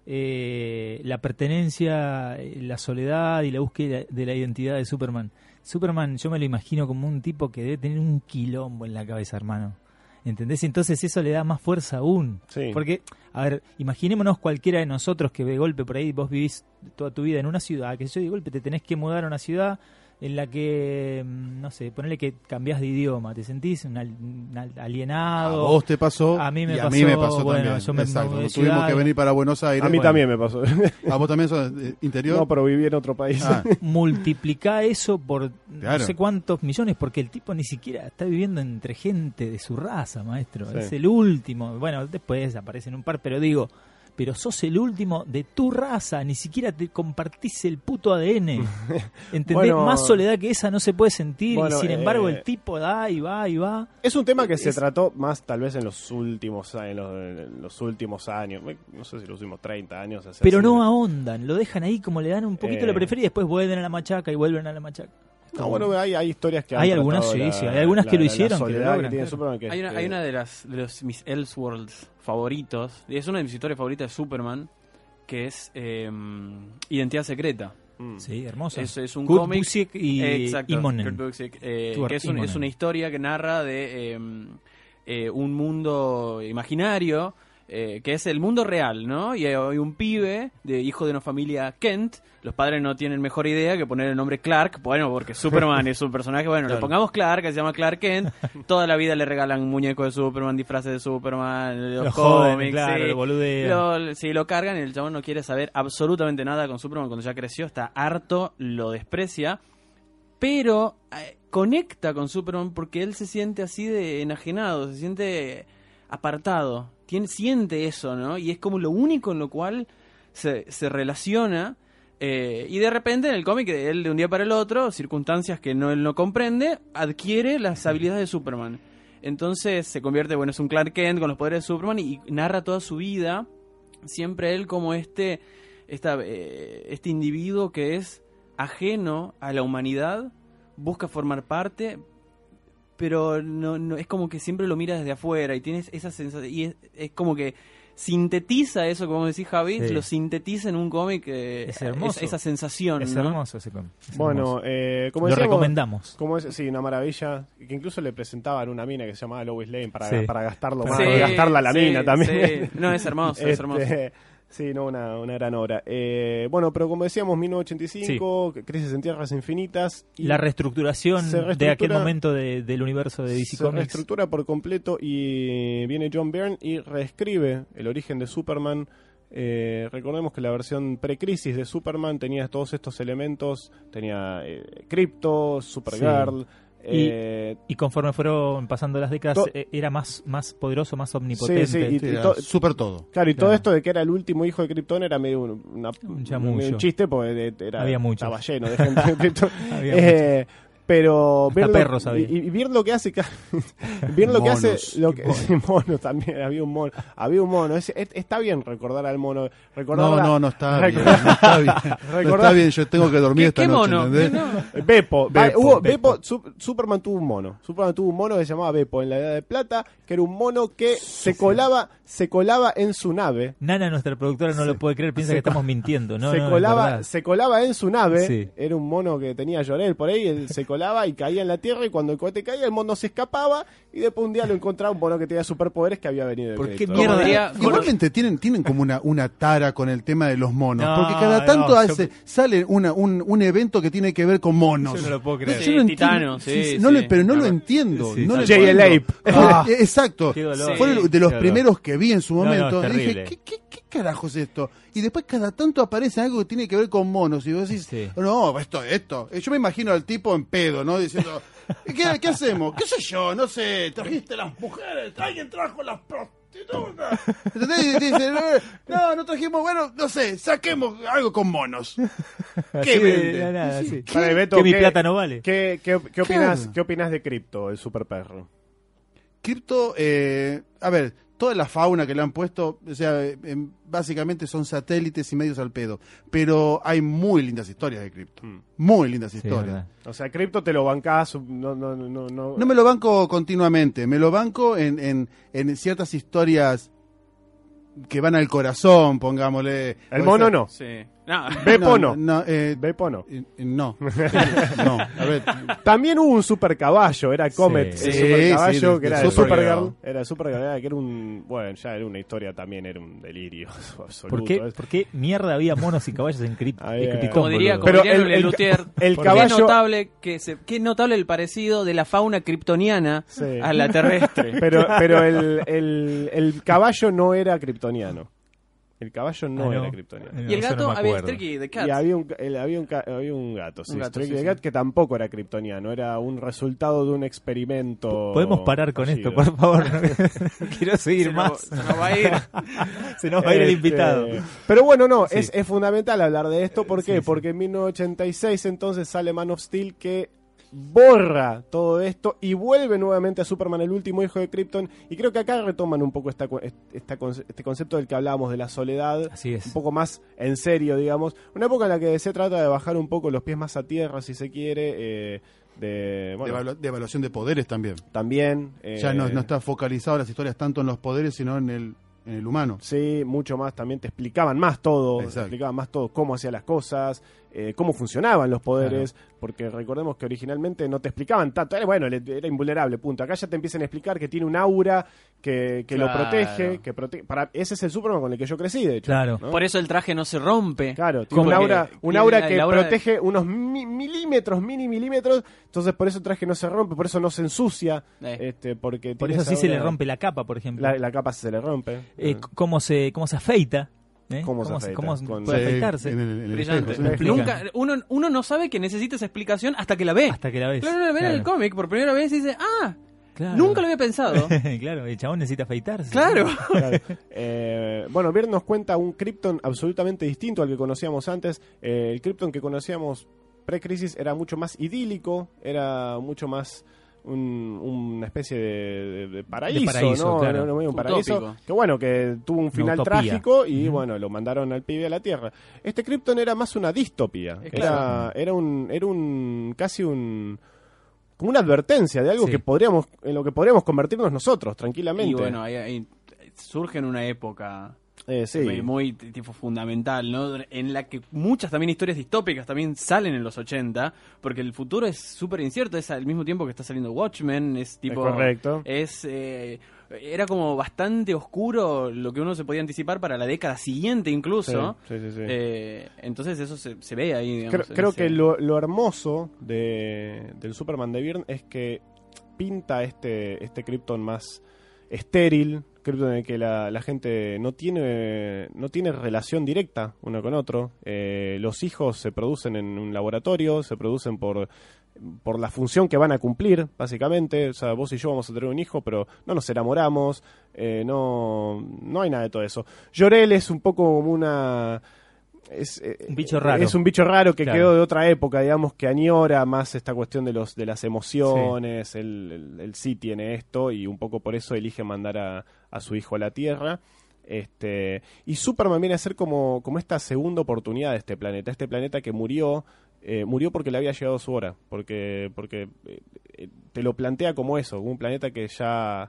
eh, la pertenencia, eh, la soledad y la búsqueda de la identidad de Superman. Superman yo me lo imagino como un tipo que debe tener un quilombo en la cabeza, hermano. ¿Entendés? Entonces eso le da más fuerza aún. Sí. Porque, a ver, imaginémonos cualquiera de nosotros que de golpe por ahí vos vivís toda tu vida en una ciudad, que yo de golpe te tenés que mudar a una ciudad en la que, mm, no sé, ponele que cambiás de idioma, te sentís un, al- un al- A alienado. vos te pasó A mí me y a pasó, mí me pasó bueno, también. yo me Exacto. mudé de Tuvimos ciudad. que venir para Buenos Aires. A mí bueno. también me pasó. ¿A vos también sos eh, interior? No, pero viví en otro país. Ah, Multiplicá eso por Claro. no sé cuántos millones, porque el tipo ni siquiera está viviendo entre gente de su raza, maestro. Sí. Es el último. Bueno, después aparecen un par, pero digo, pero sos el último de tu raza, ni siquiera te compartís el puto A D N. ¿Entendés? Bueno, Más soledad que esa no se puede sentir, bueno, y sin embargo eh, el tipo da y va y va. Es un tema que se Es- trató más tal vez en los últimos en los, en los últimos años, no sé si los últimos treinta años. hacer Pero así. no ahondan, lo dejan ahí como le dan un poquito Eh. la preferida y después vuelven a la machaca y vuelven a la machaca. No, bueno, hay, hay historias que han Hay algunas, tratado sí, la- sí, hay algunas la- que lo la hicieron, que lo soledad logran, tiene claro. Superman, que Hay una, es- hay una de las de los mis Elseworlds favoritos, y es una de mis historias favoritas de Superman, que es eh, Identidad Secreta. Mm. Sí, hermosa. Es, es un Kurt cómic. Busiek y Exacto, Immonen. Kurt Busiek, eh, Stuart que es, un- Immonen. es una historia que narra de eh, eh, un mundo imaginario, eh, que es el mundo real, ¿no? Y hay, hay un pibe, de hijo de una familia Kent. Los padres no tienen mejor idea que poner el nombre Clark. Bueno, porque Superman es un personaje. Bueno, Claro. le pongamos Clark, que se llama Clark Kent. Toda la vida le regalan muñecos de Superman, disfraces de Superman, los Lo joden, cómics. claro, sí. lo boludean. Lo- sí, lo cargan y el chabón no quiere saber absolutamente nada con Superman cuando ya creció. Está harto, lo desprecia. Pero eh, conecta con Superman porque él se siente así de enajenado, se siente apartado. Tiene, siente eso, ¿no? Y es como lo único en lo cual se, se relaciona. Eh, y de repente en el cómic, él de un día para el otro, circunstancias que no, él no comprende, adquiere las habilidades de Superman. Entonces se convierte, bueno, es un Clark Kent con los poderes de Superman y, y narra toda su vida. Siempre él como este, esta, eh, este individuo que es ajeno a la humanidad, busca formar parte, pero no, no es como que siempre lo mira desde afuera y tienes esa sensación, y es, es como que sintetiza eso, como decís Javi, Sí. lo sintetiza en un cómic, eh, Es hermoso. esa sensación, Es ¿no? hermoso ese cómic. es Bueno, hermoso. eh, como lo decíamos, recomendamos. como es, sí, una maravilla, que incluso le presentaban una mina que se llamaba Lois Lane para, Sí. para gastarlo Sí, más, gastarla a la sí, mina también. sí. No, es hermoso, es Este, hermoso. Sí, no, una, una gran obra. Eh, bueno, pero como decíamos, mil novecientos ochenta y cinco, Crisis en Tierras Infinitas. Y La reestructuración se de aquel reestructura- momento de- del universo de D C se Comics. reestructura por completo y viene John Byrne y reescribe el origen de Superman. Eh, recordemos que la versión pre-crisis de Superman tenía todos estos elementos, tenía eh, Krypto, Supergirl. Y- eh, Y conforme fueron pasando las décadas, To- eh, era más, más poderoso, más omnipotente. Sí, sí, y- Sí, y era to- súper todo. Claro, y todo Claro. esto de que era el último hijo de Krypton era medio un, una- Un chamullo. medio un chiste, porque de- era, Había muchos. estaba lleno de gente de Krypton. Había Eh, pero Hasta Byrne lo- perros había. y, y Byrne lo que hace ca- Byrne lo que hace Monos. lo que, sí, mono también, había un mono, había un mono. Es- es- está bien recordar al mono, recordar No, la- no, no está bien. recordar- No está bien. No Recordá- está bien, yo tengo que dormir ¿Qué, esta qué noche, mono? ¿entendés? ¿Qué no? Beppo, Va- Beppo, hubo- Beppo. Beppo, Su- Superman tuvo un mono. Superman tuvo un mono que se llamaba Beppo en la Edad de Plata, que era un mono que se colaba, se colaba en su nave. Nana, nuestra productora, no Se- lo puede creer, piensa se que estamos mintiendo. No, se no, es colaba, verdad. se colaba en su nave. Sí. Era un mono que tenía Llorel por ahí, él se colaba y caía en la tierra, y cuando el cohete caía el mono se escapaba, y después un día lo encontraba un mono que tenía superpoderes que había venido de ¿Por qué Krypton. mierda? Como diría- Igualmente tienen, tienen como una, una tara con el tema de los monos. No, porque cada tanto no, hace, yo- sale una, un, un evento que tiene que ver con monos. Yo no lo puedo creer. Yo Sí, no entiendo- Titano, sí, no sí. le- pero no Ah, lo entiendo. sí, no sí. lo J L entiendo. Ape. Ah, eh, exacto. Qué dolor. Fue de los Qué dolor. primeros que vi en su No, no, momento. es y dije, terrible. ¿qué, qué, qué carajo es esto? Y después cada tanto aparece algo que tiene que ver con monos. Y vos decís, Sí. no, esto, esto. Yo me imagino al tipo en pedo, ¿no? Diciendo, ¿qué, qué hacemos? ¿Qué sé yo? No sé, trajiste las mujeres, alguien trajo las prostitutas. ¿Entendés? Y dice, no, no trajimos, bueno, no sé, saquemos algo con monos. Así ¿Qué de vende? la nada, Sí, sí. ¿qué? Para, Beto, Que mi ¿qué- plata no vale. ¿Qué, qué, qué opinas, Claro. ¿Qué opinas de Crypto, el super perro? Crypto, eh, a ver, toda la fauna que le han puesto, o sea, eh, em, básicamente son satélites y medios al pedo. Pero hay muy lindas historias de Crypto. Mm. Muy lindas Sí, historias. verdad. O sea, Crypto te lo bancás, no, no, no, no. No me lo banco continuamente, me lo banco en, en, en ciertas historias que van al corazón, pongámosle. El mono no. Sí. No. Beppo no. No, eh, Beppo no. eh, no. no, a ver. También hubo un super caballo, era Comet, Sí. el Sí, super caballo, sí, de- que de era de Supergirl. Supergirl, era Supergirl, era que era un, bueno, ya era una historia también, era un delirio absoluto. ¿Por qué, ¿Por qué mierda había monos y caballos en Crypt- Había- en Krypton, Como diría, boludo? como Pero diría el- el, el- Luthier, el qué caballo- notable que se, qué notable el parecido de la fauna kryptoniana Sí. a la terrestre. Pero, pero el, el, el caballo no era kryptoniano. El caballo no, Ah, era kryptoniano. No, y el eso gato no me había acuerdo. Streaky the Cat. Y había un, el- había un, ca- había un gato, sí, Un gato, Streaky sí, the sí. Cat, que tampoco era kryptoniano, era un resultado de un experimento. Podemos parar con fallido. esto, por favor. No quiero seguir se, nos, más. se nos va a ir. Se nos va a ir el Este, invitado. Pero bueno, no, Sí. es, es fundamental hablar de esto. ¿Por qué? Sí, sí. Porque en mil novecientos ochenta y seis entonces sale Man of Steel, que borra todo esto y vuelve nuevamente a Superman, el último hijo de Krypton, y creo que acá retoman un poco esta, esta, este concepto del que hablábamos de la soledad. Así es. Un poco más en serio, digamos, una época en la que se trata de bajar un poco los pies más a tierra, si se quiere, eh, de, bueno, de, evalu- de evaluación de poderes también. también eh, Ya no, no está focalizado las historias tanto en los poderes, sino en el, en el humano. sí, mucho más, también te explicaban más todo, te Exacto. explicaban más todo, cómo hacía las cosas, eh, cómo funcionaban los poderes, porque recordemos que originalmente no te explicaban tanto, era, bueno, era invulnerable, punto. Acá ya te empiezan a explicar que tiene un aura que, que Claro. lo protege, que protege, para ese es el Superman con el que yo crecí, de hecho. Claro. ¿no? Por eso el traje no se rompe. Claro, tiene un Porque aura, un tiene aura la- que el aura de- protege unos mi- milímetros, mini milímetros, entonces por eso el traje no se rompe, por eso no se ensucia, Eh. este, porque Por tiene eso esa sí se le aura- rompe la capa, por ejemplo. la, la capa se le rompe. Eh, Eh, c- cómo se cómo se afeita. ¿eh? ¿Cómo se afeita? cómo Con- puede Sí, afeitarse en el- en el Brillante. espejo, sí. Me explica. Nunca, uno, uno no sabe que necesita esa explicación hasta que la ve. hasta que la ves. Claro, uno la ve en el cómic por primera vez y dice, ah, Claro. nunca lo había pensado. Claro, el chabón necesita afeitarse. Claro. Claro. Eh, bueno, Byrne nos cuenta un Krypton absolutamente distinto al que conocíamos antes. Eh, el Krypton que conocíamos pre-crisis era mucho más idílico, era mucho más un- una especie de, de- de paraíso, De paraíso, ¿no? claro. Era un paraíso Utópico. que bueno, que tuvo un final utopía. trágico y Ujú. bueno, lo mandaron al pibe a la Tierra. Este Krypton era más una distopía, Es era, claro. era un, era un casi un como una advertencia de algo Sí. que podríamos, en lo que podríamos convertirnos nosotros tranquilamente. Y bueno, ahí, ahí surge en una época Eh, sí. muy, muy t- tipo fundamental, ¿no? En la que muchas también historias distópicas también salen en los ochenta, porque el futuro es súper incierto, es al mismo tiempo que está saliendo Watchmen, es tipo... Es correcto. Es, eh, era como bastante oscuro lo que uno se podía anticipar para la década siguiente incluso. Sí, sí, sí, sí. Eh, entonces eso se, se ve ahí, digamos. Creo, en creo ese- que lo, lo hermoso de, del Superman de Byrne es que pinta este, este Krypton más estéril, Krypton en el que la, la gente no tiene, no tiene relación directa uno con otro. Eh, los hijos se producen en un laboratorio, se producen por, por la función que van a cumplir, básicamente. O sea, vos y yo vamos a tener un hijo, pero no nos enamoramos, eh, no, no hay nada de todo eso. Jor-El es un poco como una... Es, eh, Un bicho raro. Es un bicho raro que Claro. quedó de otra época, digamos, que añora más esta cuestión de los de las emociones. Él, él- él sí tiene esto y un poco por eso elige mandar a, a su hijo a la Tierra. Este, y Superman viene a ser como, como esta segunda oportunidad de este planeta. Este planeta que murió, eh, murió porque le había llegado su hora. Porque, porque eh, eh, te lo plantea como eso, como un planeta que ya,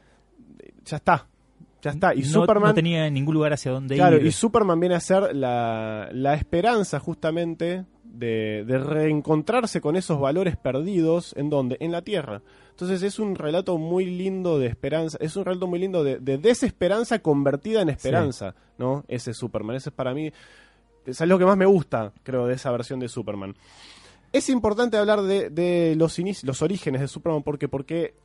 ya está. Ya está. Y no, Superman. no tenía ningún lugar hacia dónde Claro, ir. y Superman viene a ser la, la esperanza justamente de, de reencontrarse con esos valores perdidos. ¿En dónde? En la Tierra. Entonces es un relato muy lindo de esperanza, es un relato muy lindo de, de desesperanza convertida en esperanza, ¿no? Ese Superman, ese es para mí, es algo que más me gusta, creo, de esa versión de Superman. Es importante hablar de, de los, inici- los orígenes de Superman porque, porque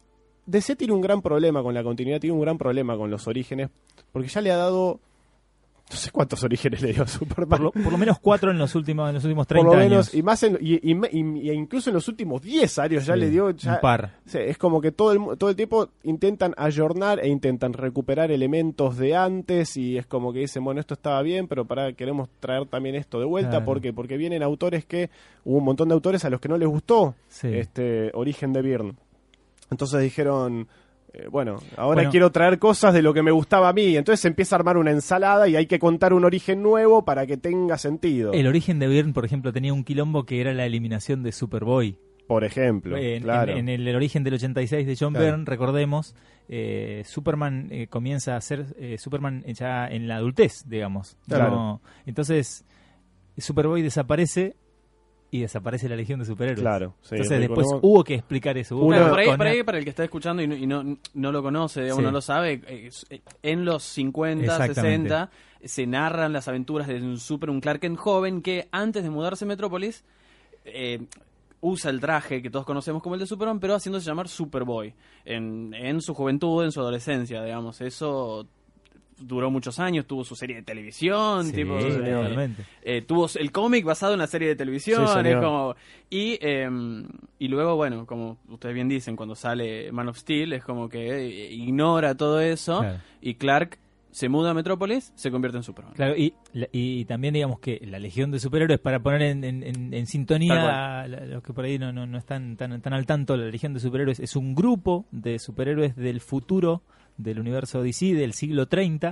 D C tiene un gran problema con la continuidad, tiene un gran problema con los orígenes, porque ya le ha dado, no sé cuántos orígenes le dio a Superman. Por lo, por lo menos cuatro en los últimos, en los últimos Por treinta lo menos, años. y más en, y, y- y- y incluso en los últimos diez años ya Sí, le dio ya, un par. sí, es como que todo el mu- todo el tiempo intentan ayornar e intentan recuperar elementos de antes y es como que dicen, bueno, esto estaba bien, pero para queremos traer también esto de vuelta. Claro. ¿Por qué? Porque vienen autores que hubo un montón de autores a los que no les gustó Sí. este origen de Byrne. Entonces dijeron, eh, bueno, ahora Bueno. quiero traer cosas de lo que me gustaba a mí. Entonces se empieza a armar una ensalada y hay que contar un origen nuevo para que tenga sentido. El origen de Byrne, por ejemplo, tenía un quilombo que era la eliminación de Superboy. Por ejemplo, En, claro. en- en el, el origen del ochenta y seis de John Claro. Byrne, recordemos, eh, Superman eh, comienza a ser eh, Superman ya en la adultez, digamos. Claro. No- entonces, Superboy desaparece y desaparece la Legión de Superhéroes. Claro, sí, entonces después recordemos- hubo que explicar eso. hubo Una- que Claro, por, ahí, con- por ahí, para el que está escuchando y no, y no, no lo conoce, digamos, Sí. no lo sabe, eh, es- eh, en los cincuenta, Exactamente. sesenta se narran las aventuras de un super, un Clark Kent joven que antes de mudarse a Metrópolis eh, usa el traje que todos conocemos como el de Superman, pero haciéndose llamar Superboy en, en su juventud, en su adolescencia, digamos. Eso duró muchos años, tuvo su serie de televisión, Sí, tipo, señor. eh, totalmente. eh, tuvo el cómic basado en la serie de televisión, Sí, es señor. como y eh, y luego bueno, como ustedes bien dicen, cuando sale Man of Steel es como que eh, ignora todo eso Claro. y Clark se muda a Metrópolis, se convierte en Superman. Claro, y, y también digamos que la Legión de Superhéroes, para poner en, en, en, en sintonía a los que por ahí no, no, no están tan, tan al tanto, la Legión de Superhéroes es un grupo de superhéroes del futuro del universo D C del siglo treinta,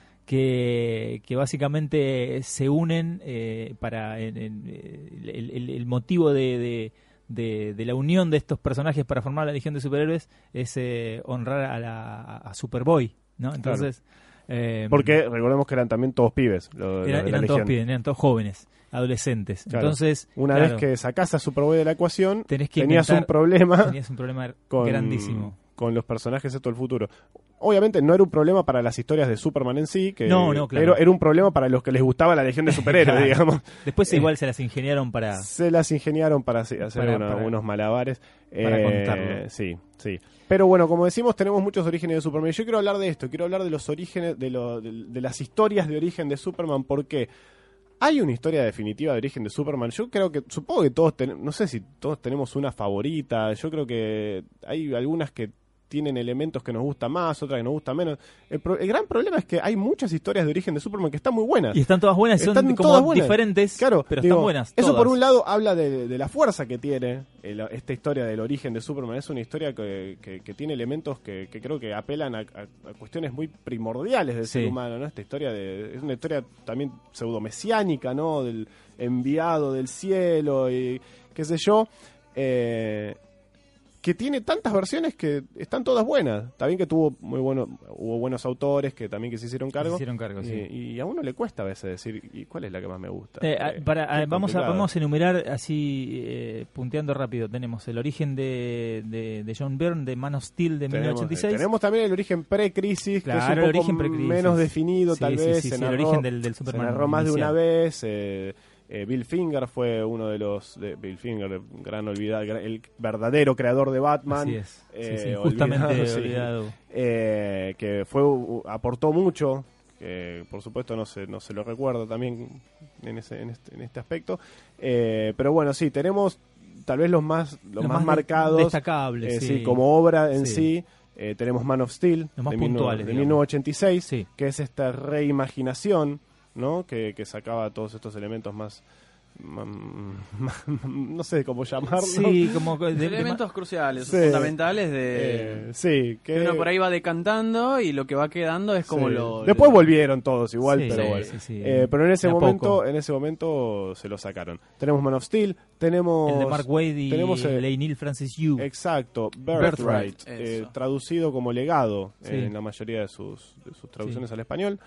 que, que básicamente se unen eh, para en, en, el, el, el motivo de, de, de, de la unión de estos personajes para formar la Legión de Superhéroes es eh, honrar a, la, a Superboy, ¿no? Entonces... Claro. Eh, Porque recordemos que eran también todos pibes. Lo, era, lo de eran todos pibes, eran todos jóvenes, adolescentes. Claro. Entonces, una claro, vez que sacás a Superboy de la ecuación, tenés que tenías inventar, un problema. Tenías un problema con, grandísimo. Con los personajes de todo el futuro. Obviamente no era un problema para las historias de Superman en sí, que, no, no, claro. pero era un problema para los que les gustaba la Legión de Superhéroes, claro. digamos. Después eh, igual se las ingeniaron para... Se las ingeniaron para hacer para, una, para, unos malabares. Para eh, contarlo. Sí, sí. Pero bueno, como decimos, tenemos muchos orígenes de Superman. Yo quiero hablar de esto, quiero hablar de los orígenes, de, lo, de, de las historias de origen de Superman, porque hay una historia definitiva de origen de Superman. Yo creo que, supongo que todos tenemos, no sé si todos tenemos una favorita. Yo creo que hay algunas que tienen elementos que nos gustan más, otras que nos gustan menos. El, pro, el gran problema es que hay muchas historias de origen de Superman que están muy buenas. Y están todas buenas, son están como buenas. diferentes, claro, pero digo, están buenas. Eso todas. por un lado habla de, de la fuerza que tiene el, esta historia del origen de Superman. Es una historia que, que, que tiene elementos que, que creo que apelan a, a, a cuestiones muy primordiales del sí. ser humano, ¿no? Esta historia de, es una historia también pseudomesiánica, ¿no? Del enviado del cielo y qué sé yo. Eh... que tiene tantas versiones que están todas buenas. Está bien que tuvo muy bueno, hubo buenos autores que también que se hicieron cargo. Se hicieron cargo, y, sí. y a uno le cuesta a veces decir, ¿y cuál es la que más me gusta? Eh, eh, para, eh, vamos, a, vamos a enumerar así, eh, punteando rápido. Tenemos el origen de, de, de John Byrne, de Man of Steel de tenemos, mil novecientos ochenta y seis. Eh, tenemos también el origen pre-crisis, claro, que es un poco el origen pre-crisis. menos definido, sí, tal sí, vez. Sí, se sí, narró, el origen del, del Superman se narró más inicial. de una vez. Eh, Eh, Bill Finger fue uno de los de Bill Finger, el gran olvidado, el verdadero creador de Batman. Así es, eh, sí, sí, justamente olvidado, olvidado. Sí. Eh, que fue aportó mucho, que por supuesto no se no se lo recuerda también en ese en este, en este aspecto. Eh, pero bueno, sí, tenemos tal vez los más los, los más, más marcados, destacables, eh, sí. sí, como obra en sí. sí. Eh, tenemos Man of Steel los más de, puntuales, de mil novecientos ochenta y seis, sí. que es esta reimaginación, ¿no? Que, que sacaba todos estos elementos más, más, más no sé cómo llamarlo. Sí, como de, de, elementos de, cruciales, sí, fundamentales de eh, sí, que, que uno por ahí va decantando y lo que va quedando es como sí. lo después lo... volvieron todos igual, sí, pero sí, bueno. sí, sí. Eh, pero en ese de momento, en ese momento se lo sacaron. Tenemos Man of Steel, tenemos el de Mark Wade y tenemos, eh, Neil Francis Yu. Exacto, Birthright, Birthright eh, traducido como legado sí. en la mayoría de sus, de sus traducciones sí. al español.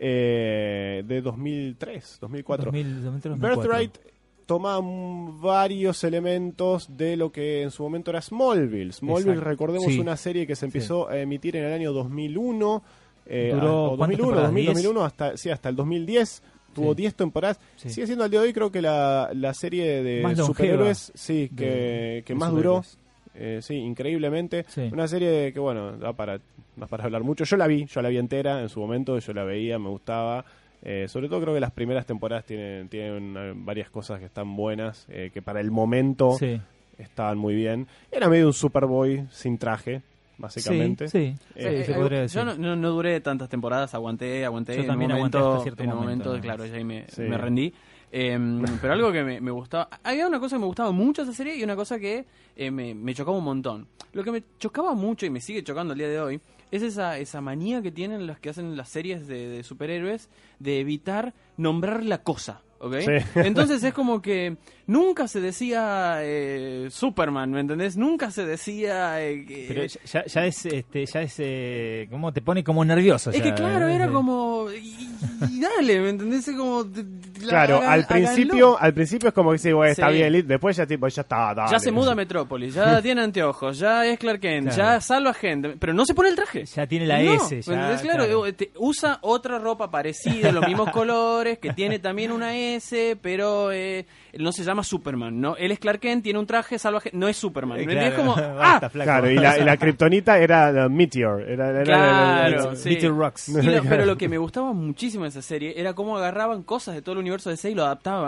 Eh, de dos mil tres, dos mil cuatro. dos mil, dos mil tres, dos mil cuatro. Birthright toma varios elementos de lo que en su momento era Smallville. Smallville, exacto. recordemos, sí. una serie que se empezó sí. a emitir en el año dos mil uno. Eh, Duró dos mil uno, dos mil, diez. dos mil uno hasta, sí, hasta el dos mil diez. Tuvo diez sí. temporadas. Sí. Sigue siendo al día de hoy, creo que la, la serie de más superhéroes sí, que, de, que de más duró. Eh, sí, increíblemente. Sí. Una serie que, bueno, da para, da para hablar mucho. Yo la vi, yo la vi entera en su momento, yo la veía, me gustaba. Eh, sobre todo creo que las primeras temporadas tienen, tienen uh, varias cosas que están buenas, eh, que para el momento sí. estaban muy bien. Era medio un Superboy sin traje, básicamente. Sí, sí. Eh, sí, se podría decir. Yo no, no, no duré tantas temporadas, aguanté, aguanté. Yo en también un momento, aguanté hasta cierto en un momento, momento, ¿no? claro, ya ahí me, sí. me rendí. Eh, pero algo que me, me gustaba, había una cosa que me gustaba mucho de esa serie y una cosa que eh, me, me chocaba un montón. Lo que me chocaba mucho y me sigue chocando el día de hoy es esa, esa manía que tienen los que hacen las series de, de superhéroes de evitar nombrar la cosa. ¿Okay? Sí. Entonces es como que nunca se decía eh, Superman, ¿me entendés? Nunca se decía eh, que, pero ya, ya es este ya es eh, como te pone como nervioso es ya, que claro ¿eh? era como y, y dale, ¿me entendés? Es como la, claro, hagan, al principio háganlo. al principio es como que sí, bueno, está sí. bien, después ya tipo ya está, dale. Ya se muda a Metrópolis, ya tiene anteojos, ya es Clark Kent, claro. ya salva gente, pero no se pone el traje. Ya tiene la no, S, ya, ¿me claro, claro. Te, usa otra ropa parecida, los mismos colores, que tiene también una S, pero Eh, no se llama Superman, ¿no? Él es Clark Kent, tiene un traje salvaje, no es Superman. Claro, es como, basta, ¡ah! Claro, y la, y la kriptonita era la Meteor. Era, era, claro, era, era, sí. Meteor Rocks. Y lo, pero lo que me gustaba muchísimo de esa serie era cómo agarraban cosas de todo el universo de D C y lo adaptaban.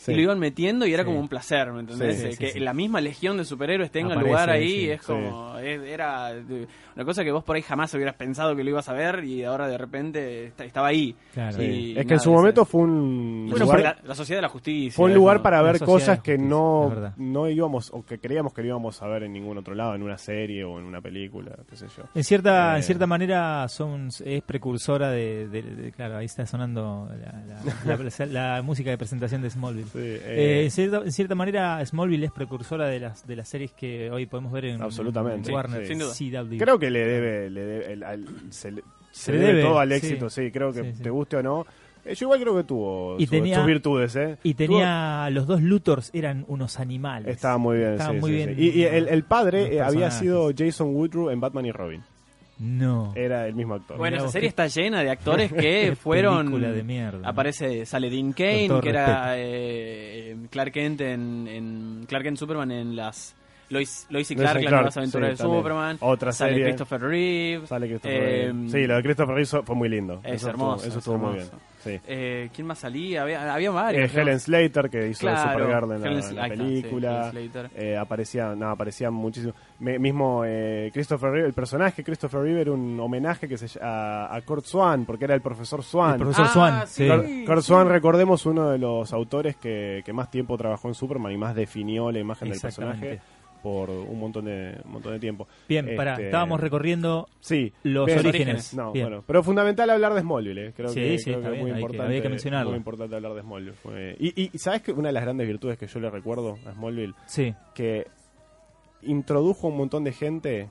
Sí. y lo iban metiendo y era Sí. como un placer, ¿me entendés? Sí, Eh, sí, que sí. la misma legión de superhéroes tenga Aparece, lugar ahí, sí. es como, es- era de- una cosa que vos por ahí jamás hubieras pensado que lo ibas a ver y ahora de repente está- estaba ahí. Claro. Sí. Y Es que nada, en su ese- momento fue un La, Bueno, lugar, sociedad, la sociedad de la justicia. fue un es lugar como- para La ver sociedad de cosas la que justicia, no, es verdad. no íbamos, o que creíamos que no íbamos a ver en ningún otro lado, en una serie o en una película, qué sé yo. En cierta, Eh. en cierta manera son, es precursora de, de- de- claro, ahí está sonando la, la- la- la música de presentación de Smallville. Sí, Eh, eh, en, cierta, en cierta manera Smallville es precursora de las de las series que hoy podemos ver en Absolutamente, en Warner, sí. Sin duda. C W. creo que le debe, le debe el- al- se le, se le le debe debe, todo al sí. éxito, sí, creo que Sí, sí. te guste o no. Eh, yo igual creo que tuvo Y su- tenía- sus virtudes, ¿eh? Y tenía los dos Luthors eran unos animales. Tuvo- estaba muy bien, Estaba sí, muy sí, bien sí. Y, y el, el padre los eh, había personajes. sido Jason Woodrue en Batman y Robin. No. Era el mismo actor. Bueno, Mirá esa vos, serie qué- está llena de actores que qué fueron... película de mierda, ¿no? Aparece, sale Dean Con Cain, todo que respeto. era eh, Clark Kent en, en Clark Kent Superman en las... Lois, Lois y Lois Clark, y las Clark, nuevas aventuras sí, de también. Superman. Otra sale serie. Christopher Reeve. Sale Christopher eh, Reeve. Sí, lo de Christopher Reeve fue muy lindo. Es eso hermoso, Estuvo, eso es estuvo muy bien. hermoso. Sí. Eh, ¿Quién más salía? Había, había Eh, varios. ¿no? Helen Slater, que hizo Claro, de Supergirl en la, Helen en la Slater, sí, película. Helen Slater. Eh, aparecía, no, aparecían muchísimo. Me- mismo eh, Christopher Reeve, el personaje Christopher Reeve era un homenaje que se, ll- a, a Kurt Swan, porque era el profesor Swan. El profesor Ah, Swan, sí. sí. Kurt, Kurt sí. Swan, recordemos, uno de los autores que, que más tiempo trabajó en Superman y más definió la imagen del Exactamente. personaje por un montón de, un montón de tiempo. Bien, pará, Este, estábamos recorriendo Sí, los bien. orígenes. No, Bien. bueno, pero fundamental hablar de Smallville, eh. creo Sí, que, sí, creo está que es bien, muy hay que- importante, había que mencionarlo. muy importante hablar de Smallville. Fue- Y, y, y sabes que una de las grandes virtudes que yo le recuerdo a Smallville, Sí, que introdujo un montón de gente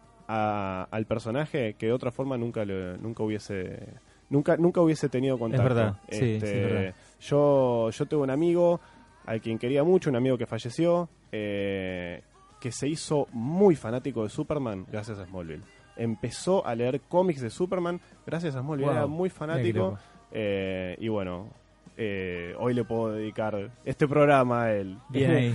a- al personaje que de otra forma nunca le- nunca hubiese nunca nunca hubiese tenido contacto. verdad, sí, sí, Este, es verdad. Yo yo tengo un amigo al quien quería mucho, un amigo que falleció, eh, que se hizo muy fanático de Superman gracias a Smallville. Empezó a leer cómics de Superman gracias a Smallville. Wow, Era muy mira qué fanático. loco. eh, y bueno, eh, hoy le puedo dedicar este programa a él. bien ahí.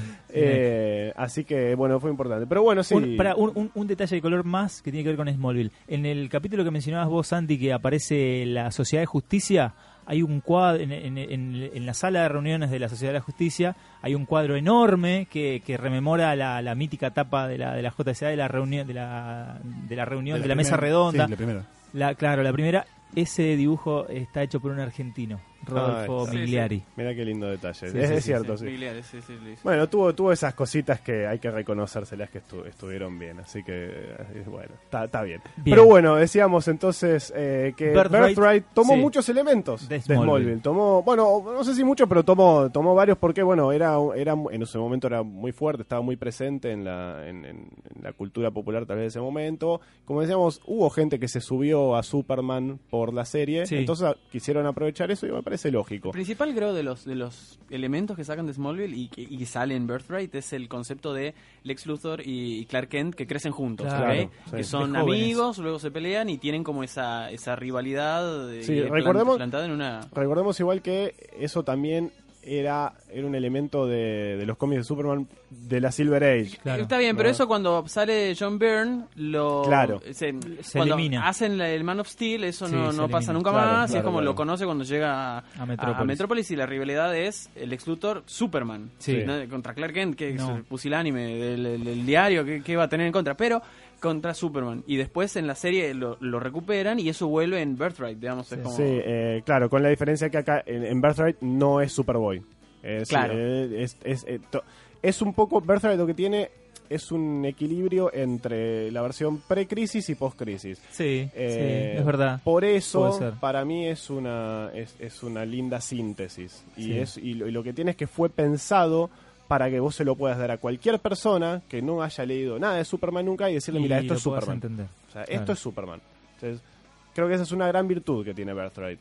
Eh, así que bueno, fue importante. Pero bueno, sí. Un, pará, un, un- un detalle de color más que tiene que ver con Smallville. En el capítulo que mencionabas vos, Santi, que aparece la Sociedad de Justicia, hay un cuadro, en, en- en- en la sala de reuniones de la Sociedad de la Justicia, hay un cuadro enorme que, que rememora la, la mítica etapa de la, de la J C A, de la reunión, de la, de la reunión, de la, mesa primera- redonda. Sí, la primera. La, claro, la primera, ese dibujo está hecho por un argentino, Rodolfo Ah, sí, Migliari. Mira qué lindo detalle. Sí, es sí, es sí, cierto, sí. Familiares, sí, sí, sí. Bueno, tuvo, tuvo esas cositas que hay que reconocérselas que estu- estuvieron bien. Así que, eh, bueno, está está bien. Bien. Pero bueno, decíamos entonces eh, que Birthright, Birthright, tomó sí. muchos elementos De de Smallville. Smallville. Tomó, bueno, no sé si muchos, pero tomó, tomó varios porque, bueno, era, era en ese momento era muy fuerte, estaba muy presente en la, en, en- en la cultura popular tal vez de ese momento. Como decíamos, hubo gente que se subió a Superman por la serie, Sí. entonces quisieron aprovechar eso y me parece lógico. El principal, creo, de los, de los elementos que sacan de Smallville y que, y que sale en Birthright es el concepto de Lex Luthor y Clark Kent que crecen juntos, Claro, ¿ok? sí. Que son De jóvenes. amigos, luego se pelean y tienen como esa, esa rivalidad eh, Sí, y plan- recordemos- plantada en una... Recordemos igual que eso también era, era un elemento de, de los cómics de Superman de la Silver Age. Claro. Está bien, pero No. eso cuando sale John Byrne, lo, Claro. se, Se cuando elimina. hacen la- el Man of Steel, eso Sí, no, se no pasa elimina. nunca Claro, más, y claro, es como claro. lo conoce cuando llega a, A Metrópolis. a Metrópolis y la rivalidad es el ex Luthor Superman, Sí. ¿no? Contra Clark Kent, que No. es el pusilánime del, del- del diario, que, que va a tener en contra, pero contra Superman. Y después en la serie lo, lo recuperan y eso vuelve en Birthright, digamos. Es Sí. como... Sí, eh, claro, con la diferencia que acá en, en Birthright no es Superboy. Es, Claro. eh, es, es, eh, to- es un poco, Birthright lo que tiene es un equilibrio entre la versión pre-crisis y post-crisis. Sí, Eh, sí, es verdad. Por Puede eso, ser. para mí es una es, es una linda síntesis. Y, Sí. es, y, lo, y lo que tiene es que fue pensado para que vos se lo puedas dar a cualquier persona que no haya leído nada de Superman nunca y decirle, Y mira, esto lo es puedas Superman. entender. O sea, Claro. esto es Superman. Entonces, creo que esa es una gran virtud que tiene Birthright.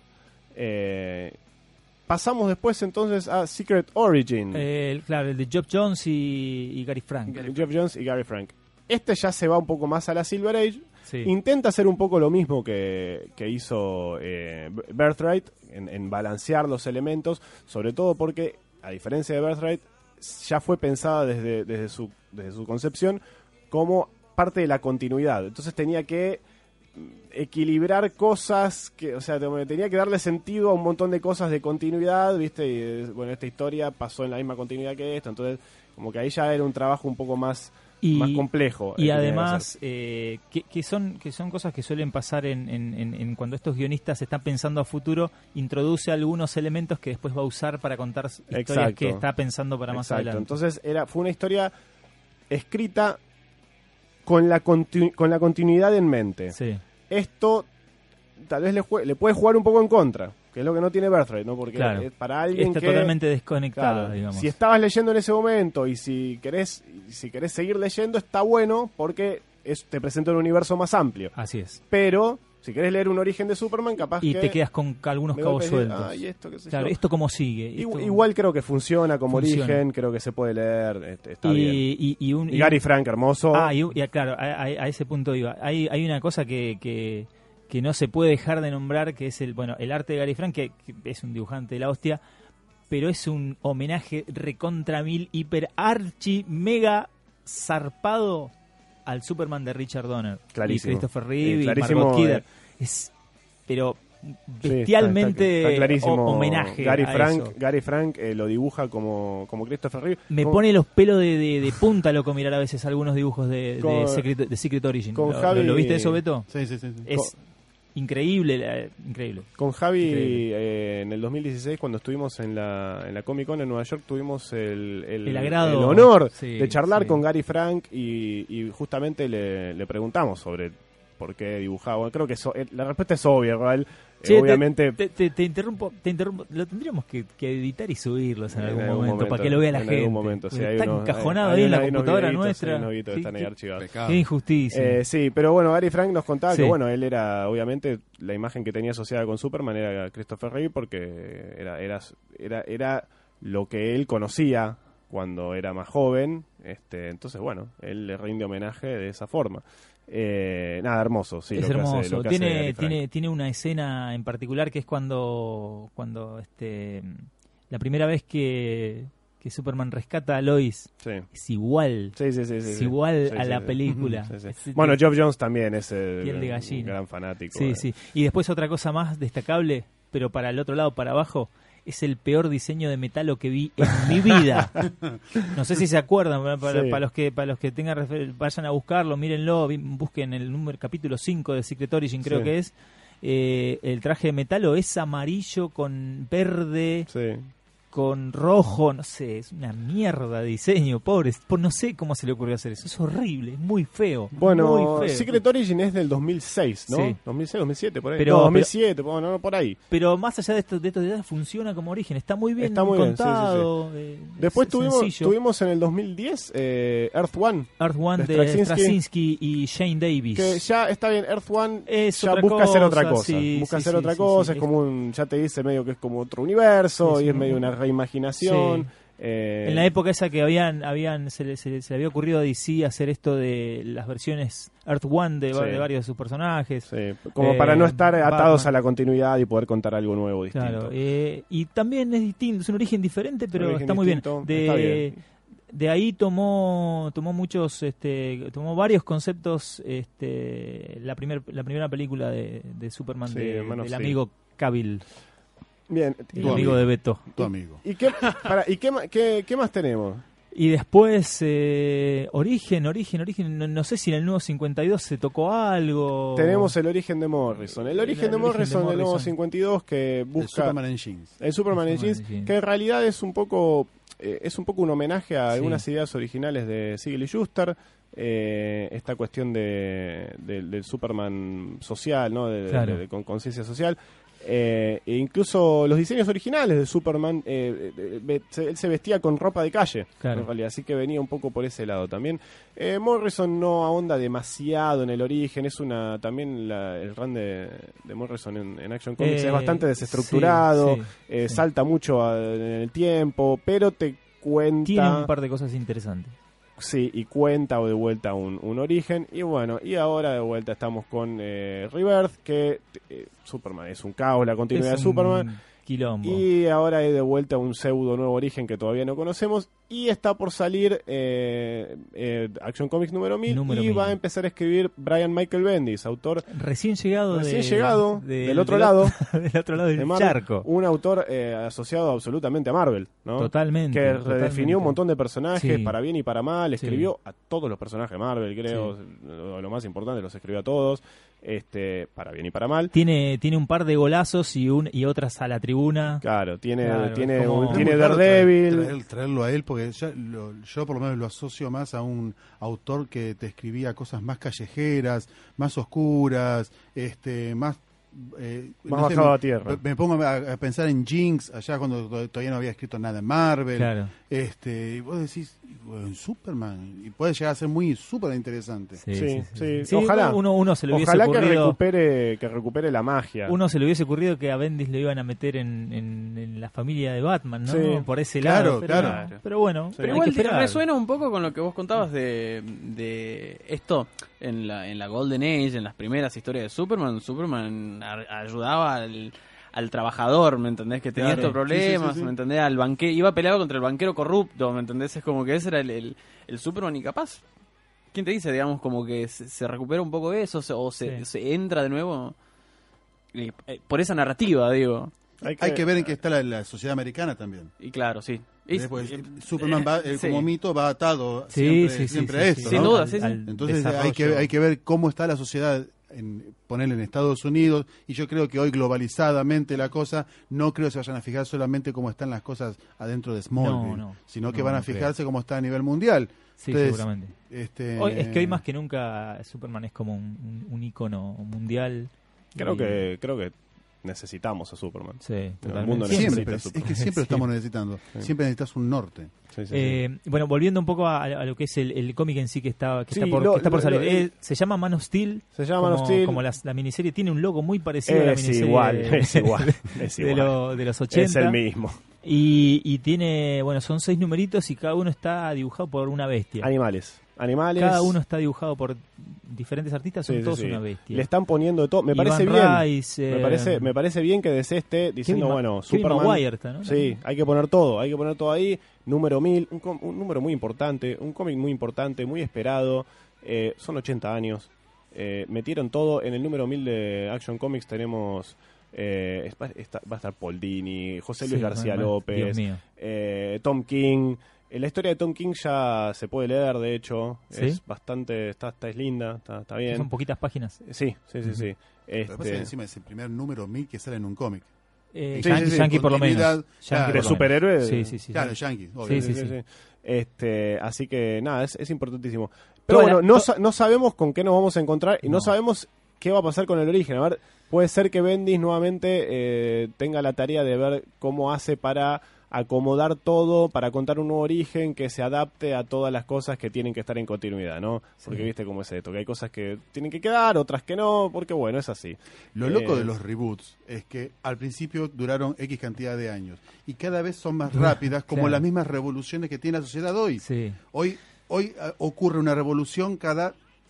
Eh, pasamos después entonces a Secret Origin. Eh, el- claro, el de Geoff Jones y, y Gary Frank. Jeff Jones y Gary Frank. Este ya se va un poco más a la Silver Age. Sí. Intenta hacer un poco lo mismo que, que hizo eh, Birthright, en, en balancear los elementos, sobre todo porque, a diferencia de Birthright, ya fue pensada desde, desde, su, desde su concepción como parte de la continuidad. Entonces tenía que equilibrar cosas que, o sea, te- tenía que darle sentido a un montón de cosas de continuidad, ¿viste? Y eh, bueno, esta historia pasó en la misma continuidad que esta, entonces como que ahí ya era un trabajo un poco más, Y, más complejo. el y que tenía que además hacer. eh, que, que son que son cosas que suelen pasar en, en- en- en cuando estos guionistas están pensando a futuro, introduce algunos elementos que después va a usar para contar historias Exacto. que está pensando para más Exacto. adelante. Entonces era, fue una historia escrita con la, continu- con la continuidad en mente. Sí, Esto tal vez le, jue- le puede jugar un poco en contra, que es lo que no tiene Birthright, ¿no? Porque claro. es para alguien Está que... totalmente desconectada, Claro, digamos. si estabas leyendo en ese momento y si querés, si querés seguir leyendo, está bueno porque es, te presenta un universo más amplio. Así es. Pero si querés leer un origen de Superman, capaz Y que... te quedas con algunos me cabos golpe decís, sueltos. "Ah, ¿y esto qué sé Claro, yo?". esto cómo sigue. Igu- Esto- Igual creo que funciona como Funciona. origen, creo que se puede leer, este, está bien. y, y, y un, Y Gary Frank, hermoso. Ah, y, y, claro, a, a- a ese punto iba. Hay, hay una cosa que, que, que no se puede dejar de nombrar, que es el bueno el arte de Gary Frank, que, que es un dibujante de la hostia, pero es un homenaje recontra mil, hiper, archi, mega zarpado al Superman de Richard Donner. Clarísimo. Y Christopher Reeve Eh, y clarísimo, Margot Kidder. eh. Es, pero Sí, está- bestialmente está, está clarísimo. ho- homenaje Gary a Frank, eso. Gary Frank eh, lo dibuja como, como Christopher Reeve. Me Con- pone los pelos de, de, de punta loco mirar a veces algunos dibujos de, de Con- Secret, de Secret Origin. con ¿Lo, Javi- lo- lo viste eso, Beto? Sí, sí, sí. sí. Es increíble, la- increíble. Con Javi, Increíble. eh, en el dos mil dieciséis, cuando estuvimos en la, en la Comic Con en Nueva York, tuvimos el, el, El agrado. el honor Sí, de charlar sí. con Gary Frank y, y justamente le, le preguntamos sobre por qué dibujaba. Bueno, creo que so- eh, la respuesta es obvia, igual. Eh, Che, te- obviamente. Te, te- te interrumpo, te interrumpo. Lo tendríamos que, que editar y subirlos en, En algún, algún momento, momento, para que lo vea la en gente. algún momento, sí, Porque hay está unos- encajonado hay- ahí en la hay unos computadora videitos, nuestra. hay unos videitos que Sí, están ahí qué- archivados. Pecado. Qué injusticia. Eh, sí, pero bueno, Gary Frank nos contaba Sí. que bueno, él era, obviamente, la imagen que tenía asociada con Superman era Christopher Reeve porque era, era, era, era lo que él conocía cuando era más joven. Este, entonces, bueno, él le rinde homenaje de esa forma. Eh, nada, hermoso, sí. es lo que hace- hermoso. lo que hace tiene, Gary Frank. tiene, tiene una escena en particular que es cuando, cuando este, la primera vez que, que Superman rescata a Lois Sí. es igual. Sí, sí, sí, sí, Es sí. igual Sí, a sí, la sí. película. Sí, sí. Es- Bueno, Geoff Jones también es el Piel de gallina. gran fanático. Sí, de- sí. Y después otra cosa más destacable, pero para el otro lado, para abajo, es el peor diseño de metalo que vi en mi vida. No sé si se acuerdan, para, para- Sí. para los que para los que tengan refer- vayan a buscarlo, mírenlo, vi- busquen el número capítulo cinco de Secret Origin, creo Sí. que es. Eh, el traje de metalo es amarillo con verde, Sí. con rojo, no sé, es una mierda de diseño, pobre, por no sé cómo se le ocurrió hacer eso, es horrible, es muy feo. Bueno, muy feo. Secret Origin es del dos mil seis, ¿no? Sí. dos mil seis, dos mil siete, por ahí. Pero- no, dos mil siete, bueno, no, por ahí. Pero más allá de estos, de estos detalles, funciona como origen. Está muy bien Está muy bien, sí, sí, sí. contado. eh, Después es tuvimos, sencillo. tuvimos en el dos mil diez eh, Earth One, Earth One de de Straczynski. Straczynski y Shane Davis. que ya está bien. Earth One Es ya otra busca hacer cosa, otra cosa. sí, busca sí, hacer sí, otra sí, cosa, sí. es como un, ya te dice medio que es como otro universo Sí, y sí, es medio un- una reimaginación. Sí. eh, En la época esa que habían, habían se, le, se le- se le había ocurrido a D C hacer esto de las versiones Earth One de, va- Sí. de varios de sus personajes. sí, como eh, para no estar atados Batman. a la continuidad y poder contar algo nuevo, distinto. Claro, eh, y también es distinto, es un origen diferente, pero origen está muy bien. distinto, De, está bien. de ahí tomó tomó muchos este tomó varios conceptos este la primer la primera película de, de Superman Sí, de- Man of del Steel. amigo Cavill, Bien. el Tu amigo amigo. de Beto. Tu amigo. ¿Y qué, para, ¿y qué, ma- qué, qué más tenemos? Y después eh, Origen, Origen, Origen, no, no sé si en el nuevo cincuenta y dos se tocó algo. Tenemos el origen de Morrison. El origen El de origen de Morrison del nuevo Morrison. cincuenta y dos que El busca Superman en Jeans. el Superman El en Jeans, Superman en Jeans. que en realidad es un poco eh, es un poco un homenaje a Sí. algunas ideas originales de Siegel y Shuster. Eh, esta cuestión de, de- del Superman social, ¿no? De, de- Claro. de- de- con conciencia social. Eh, e incluso los diseños originales de Superman, eh, eh, eh, se- él se vestía con ropa de calle, Claro. en realidad, así que venía un poco por ese lado también. Eh, Morrison no ahonda demasiado en el origen, es una también la- el run de, de Morrison en, en Action Comics Eh, es bastante desestructurado, sí, sí, eh, sí. salta mucho a- en el tiempo, pero te cuenta... Tiene un par de cosas interesantes. Sí, y cuenta o de vuelta un, un origen. Y bueno, y ahora de vuelta estamos con eh, Rebirth, que eh, Superman es un caos, la continuidad Es de Superman. un quilombo. Y ahora hay de vuelta un pseudo nuevo origen que todavía no conocemos. Y está por salir eh, eh, Action Comics número mil Número y mil. va a empezar a escribir Brian Michael Bendis, autor Recién llegado, recién de- llegado de- del otro lado, del otro lado del de Marvel, charco. un autor eh, asociado absolutamente a Marvel, ¿no? Totalmente. Que totalmente. redefinió un montón de personajes, Sí. para bien y para mal, Sí. escribió a todos los personajes de Marvel, creo, lo, lo más importante, los escribió a todos, este, para bien y para mal. Tiene, tiene un par de golazos y un y otras a la tribuna. Claro, tiene, Claro, tiene, es como- un- Es tiene muy raro Daredevil. traer- traer- traerlo a él, porque ya lo- yo por lo menos lo asocio más a un autor que te escribía cosas más callejeras, más oscuras, este, más... eh, Más no sé, bajado me- a tierra. Me pongo a, a pensar en Jinx, allá cuando to- todavía no había escrito nada en Marvel. Claro. Este, y vos decís, bueno, en Superman, y puede llegar a ser muy súper interesante. Sí, Sí, sí, sí. sí. Sí, Ojalá. Uno, uno se le hubiese Ojalá que ocurrido. recupere, que recupere la magia. Uno se le hubiese ocurrido que a Bendis lo iban a meter en, en, en la familia de Batman, ¿no? Sí. Por ese Claro, lado. Pero, claro. pero bueno, Sí. Pero hay igual que te esperar. resuena un poco con lo que vos contabas de, de esto en la, en la Golden Age, en las primeras historias de Superman. Superman a- ayudaba al, al trabajador, ¿me entendés? Que tenía Claro. estos problemas, Sí, sí, sí, sí. ¿me entendés? Al banque iba peleado contra el banquero corrupto, ¿me entendés? Es como que ese era el, el, el Superman y capaz. ¿Quién te dice, digamos, como que se, se recupera un poco eso se- o se, Sí. se entra de nuevo? Y, eh, por esa narrativa, digo. Hay que, Hay que ver en qué está la, la sociedad americana también. Y claro, sí. Y- Después, eh, Superman va, eh, sí. como mito va atado Sí, siempre, sí, sí, siempre sí, a sí. esto. Sin ¿no? duda, Al- sí, sí. al Entonces hay desarrollo. que, hay que ver cómo está la sociedad, en ponerle en Estados Unidos, y yo creo que hoy globalizadamente la cosa, no creo que se vayan a fijar solamente cómo están las cosas adentro de Smallville, No, no. sino que No, van a no creo. fijarse cómo está a nivel mundial. Sí, Entonces, seguramente. Este, Hoy, es que hoy más que nunca Superman es como un, un, un ícono mundial. creo Y- que creo que necesitamos a Superman. Sí, el totalmente. mundo siempre, necesita es Superman. que siempre Sí. lo estamos necesitando. Sí. Siempre necesitas un norte. Sí, sí, sí. Eh, bueno, volviendo un poco a, a lo que es el, el cómic en sí que está, que Sí, está por, lo- que está por lo- salir. lo- Eh, se llama Man of Steel. Se llama como, Man of Steel. Como las- la miniserie tiene un logo muy parecido a la Es miniserie igual, de, es igual, es de, igual. lo- de los ochenta. Es el mismo. Y, y tiene, bueno, son seis numeritos y cada uno está dibujado por una bestia. Animales. Animales. Cada uno está dibujado por diferentes artistas, son Sí, sí, todos sí. una bestia. Le están poniendo de todo. Me Iván parece bien. Rice, Me eh, parece, me parece bien que D C esté diciendo, Kevin Ma- bueno, Kevin Superman. Maguire está, ¿no? Sí, hay que poner todo, hay que poner todo ahí. Número mil, un, com- un número muy importante, un cómic muy importante, muy esperado. Eh, son ochenta años. Eh, metieron todo. En el número mil de Action Comics tenemos. Eh, es- va, está- va a estar Paul Dini, José Luis Sí, García bueno, López, Dios mío. eh, Tom King. Eh, La historia de Tom King ya se puede leer, de hecho. ¿Sí? Es bastante. Está, está es linda, está, está bien. Son poquitas páginas. Sí, sí, sí, sí. Lo que pasa es que Este, encima es el primer número mil que sale en un cómic. Eh, Sí, Yankee, sí, sí, Yankee por lo menos. continuidad, Yankee claro. por de lo menos. superhéroe. Sí, sí, sí. Claro, sí. Yankee, obvio. Sí, sí, sí. Este, así que nada, es, es importantísimo. Pero Toda bueno, la- no, to- sa- no sabemos con qué nos vamos a encontrar y no, No. sabemos qué va a pasar con el origen. A ver, puede ser que Bendis nuevamente eh, tenga la tarea de ver cómo hace para acomodar todo, para contar un nuevo origen que se adapte a todas las cosas que tienen que estar en continuidad, ¿no? Porque Sí. viste cómo es esto, que hay cosas que tienen que quedar, otras que no, porque bueno, es así. Lo loco Eh, de los reboots es que al principio duraron X cantidad de años y cada vez son más rápidas, como Claro. las mismas revoluciones que tiene la sociedad hoy. Sí. Hoy, hoy ah, ocurre una revolución cada